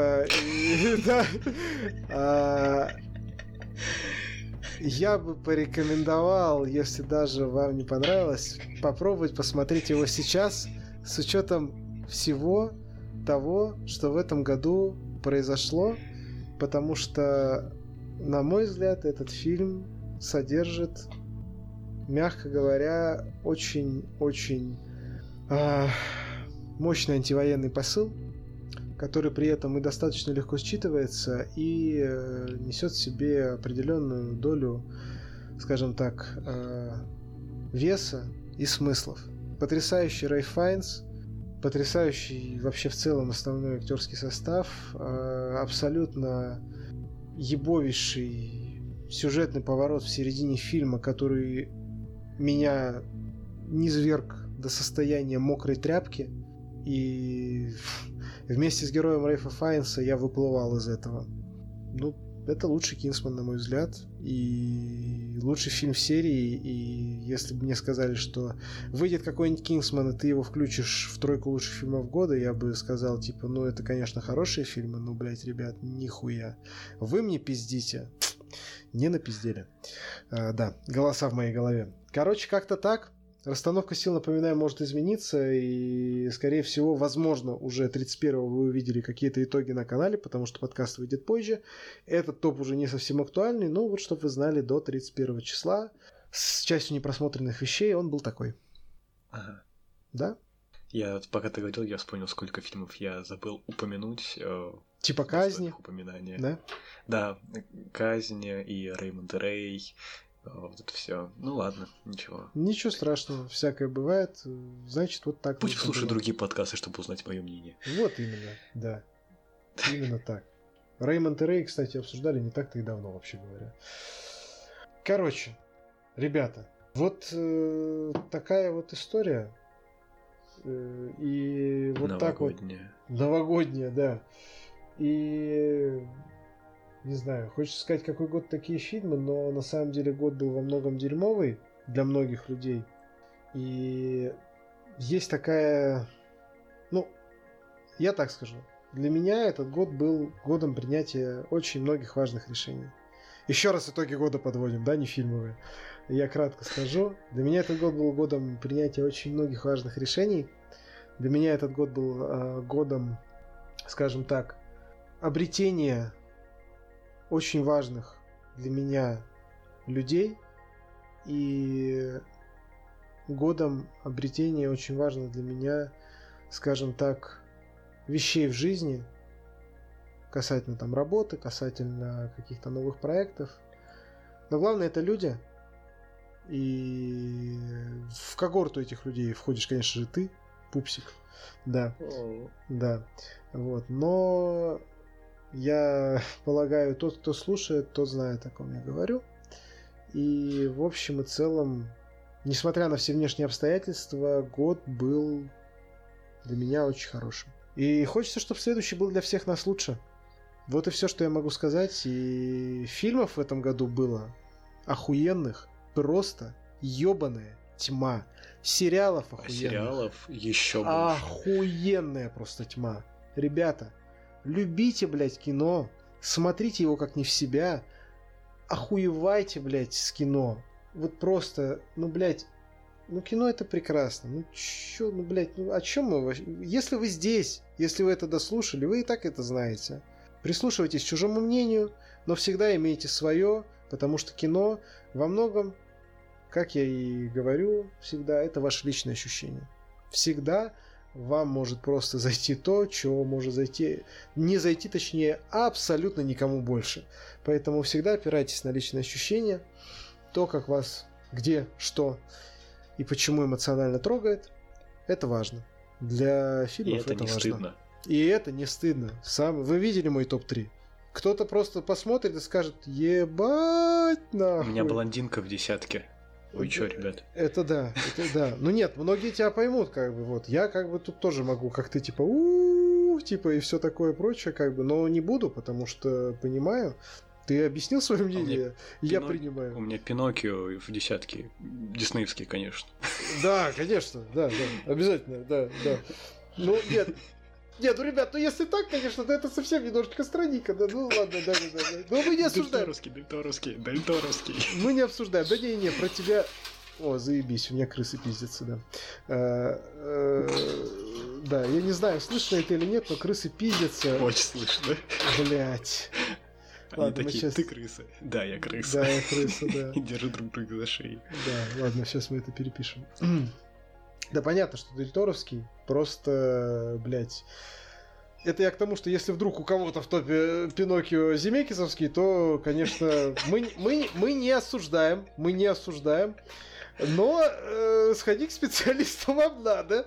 Я бы порекомендовал, если даже вам не понравилось, попробовать посмотреть его сейчас с учетом всего того, что в этом году произошло, потому что, на мой взгляд, этот фильм содержит, мягко говоря, очень-очень э, мощный антивоенный посыл, который при этом и достаточно легко считывается и э, несет в себе определенную долю, скажем так, э, веса и смыслов. Потрясающий Рэй Файнс, потрясающий вообще в целом основной актерский состав, э, абсолютно ебовейший сюжетный поворот в середине фильма, который меня низвергг до состояния мокрой тряпки, и вместе с героем Рэйфа Файнса я выплывал из этого. Ну, это лучший «Кингсман», на мой взгляд, и лучший фильм в серии, и если бы мне сказали, что выйдет какой-нибудь «Кингсман», и ты его включишь в тройку лучших фильмов года, я бы сказал, типа, ну, это, конечно, хорошие фильмы, но, блядь, ребят, нихуя. Вы мне пиздите. Не напиздели. А, да, голоса в моей голове. Короче, как-то так. Расстановка сил, напоминаю, может измениться, и, скорее всего, возможно, уже тридцать первого вы увидели какие-то итоги на канале, потому что подкаст выйдет позже. Этот топ уже не совсем актуальный, но вот, чтобы вы знали, до тридцать первого числа с частью непросмотренных вещей он был такой. Ага. Да? Я, пока ты говорил, я вспомнил, сколько фильмов я забыл упомянуть. Э, типа «Казни». Упоминания. Да? Да, «Казни» и «Реймонд Рэй». Вот это все. Ну ладно, ничего. Ничего страшного, всякое бывает. Значит, вот так. Пусть слушай другие подкасты, чтобы узнать мое мнение. Вот именно, да. Именно так. Реймонд и Рэй, кстати, обсуждали не так-то и давно, вообще говоря. Короче, ребята, вот э, такая вот история. Э, и вот так вот. Новогодняя. Новогодняя, да. И не знаю, хочется сказать, какой год такие фильмы, но на самом деле год был во многом дерьмовый для многих людей. И есть такая... Ну, я так скажу. Для меня этот год был годом принятия очень многих важных решений. Еще раз итоги года подводим, да, не фильмовые. Я кратко скажу. Для меня этот год был годом принятия очень многих важных решений. Для меня этот год был э, годом, скажем так, обретения очень важных для меня людей и годом обретения очень важных для меня, скажем так, вещей в жизни, касательно там работы, касательно каких-то новых проектов. Но главное это люди. И в когорту этих людей входишь, конечно же, ты, пупсик. Да. Oh. Да. Вот. Но я полагаю, тот, кто слушает, тот знает, о ком я говорю. И в общем и целом, несмотря на все внешние обстоятельства, год был для меня очень хорошим. И хочется, чтобы следующий был для всех нас лучше. Вот и все, что я могу сказать. И фильмов в этом году было охуенных, просто ебаная тьма. Сериалов охуенных. А сериалов еще больше. Охуенная просто тьма. Ребята, любите, блядь, кино. Смотрите его как не в себя. Охуевайте, блядь, с кино. Вот просто, ну, блядь, ну, кино это прекрасно. Ну, чё, ну, блядь, ну, о чем мы вообще? Если вы здесь, если вы это дослушали, вы и так это знаете. Прислушивайтесь к чужому мнению, но всегда имейте свое, потому что кино во многом, как я и говорю всегда, это ваше личное ощущение. Всегда вам может просто зайти то, чего может зайти, не зайти, точнее, абсолютно никому больше. Поэтому всегда опирайтесь на личные ощущения, то, как вас, где, что и почему эмоционально трогает, это важно. Для фильмов и это, это не важно. Стыдно. И это не стыдно. Сам... Вы видели мой топ три? Кто-то просто посмотрит и скажет: ебать нахуй. У меня блондинка в десятке. Ой, чё, ребят? Это да, это да. Ну нет, многие тебя поймут, как бы, вот. Я как бы тут тоже могу, как ты, типа, у типа, и все такое прочее, как бы, но не буду, потому что понимаю. Ты объяснил свое мнение, а я Пино... принимаю. У меня Пиноккио в десятке. Диснеевский, конечно. Да, конечно, да, да, обязательно, да, да. Ну, нет. Нет, ну, ребят, ну если так, конечно, то это совсем немножечко странника, да, ну ладно, да, да, да. Но мы не обсуждаем. Дельторовский, Дельторовский, Дельторовский. Мы не обсуждаем, да не, не, про тебя... О, заебись, у меня крысы пиздятся, да. А, а, да, я не знаю, слышно это или нет, но крысы пиздятся. Очень слышно. Блять. Они ладно, такие, сейчас... ты крыса. Да, я крыса. Да, я крыса, да. И держи друг друга за шею. Да, ладно, сейчас мы это перепишем. Да, понятно, что Дельторовский просто, блядь... Это я к тому, что если вдруг у кого-то в топе Пиноккио Земекисовский, то, конечно, мы, мы, мы не осуждаем, мы не осуждаем, но э, сходи к специалисту вам надо.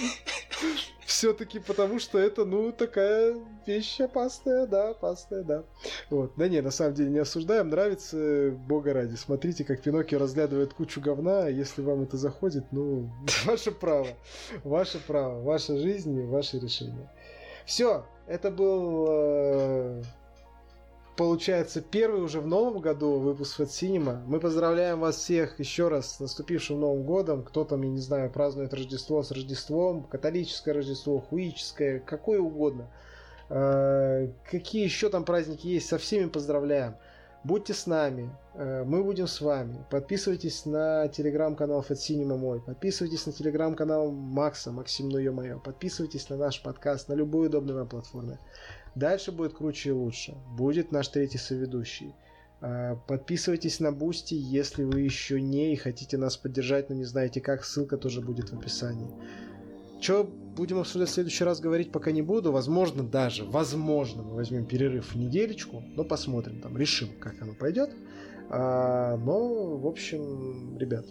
Все-таки потому, что это, ну, такая вещь опасная, да, опасная, да. Вот. Да не, на самом деле не осуждаем, нравится, бога ради. Смотрите, как Пиноккио разглядывает кучу говна, если вам это заходит, ну, ваше право, ваше право, ваша жизнь, ваше решение. Все, это был, э, получается, первый уже в новом году выпуск Fat Cinema. Мы поздравляем вас всех еще раз с наступившим Новым годом. Кто там, я не знаю, празднует Рождество с Рождеством, католическое Рождество, хуическое, какое угодно. Э, какие еще там праздники есть, со всеми поздравляем. Будьте с нами, мы будем с вами. Подписывайтесь на телеграм-канал Fat Cinema мой. Подписывайтесь на телеграм-канал Макса, Максим, ну ё-моё. Подписывайтесь на наш подкаст на любой удобной вам платформе. Дальше будет круче и лучше. Будет наш третий соведущий. Подписывайтесь на Boosty, если вы еще не и хотите нас поддержать, но не знаете как. Ссылка тоже будет в описании. Что будем обсуждать в следующий раз, говорить пока не буду. Возможно, даже, возможно, мы возьмем перерыв в неделечку, но посмотрим, там, решим, как оно пойдет. А, но, в общем, ребят,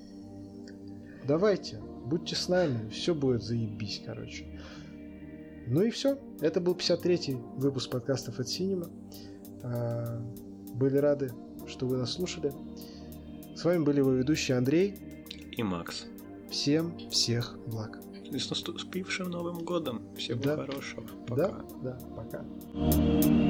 давайте, будьте с нами, все будет заебись, короче. Ну и все. Это был пятьдесят третий выпуск подкаста Fat Cinema. А, были рады, что вы нас слушали. С вами были его ведущие Андрей и Макс. Всем всех благ. И с наступившим Новым годом. Всего да. хорошего. Пока. Да, да, пока.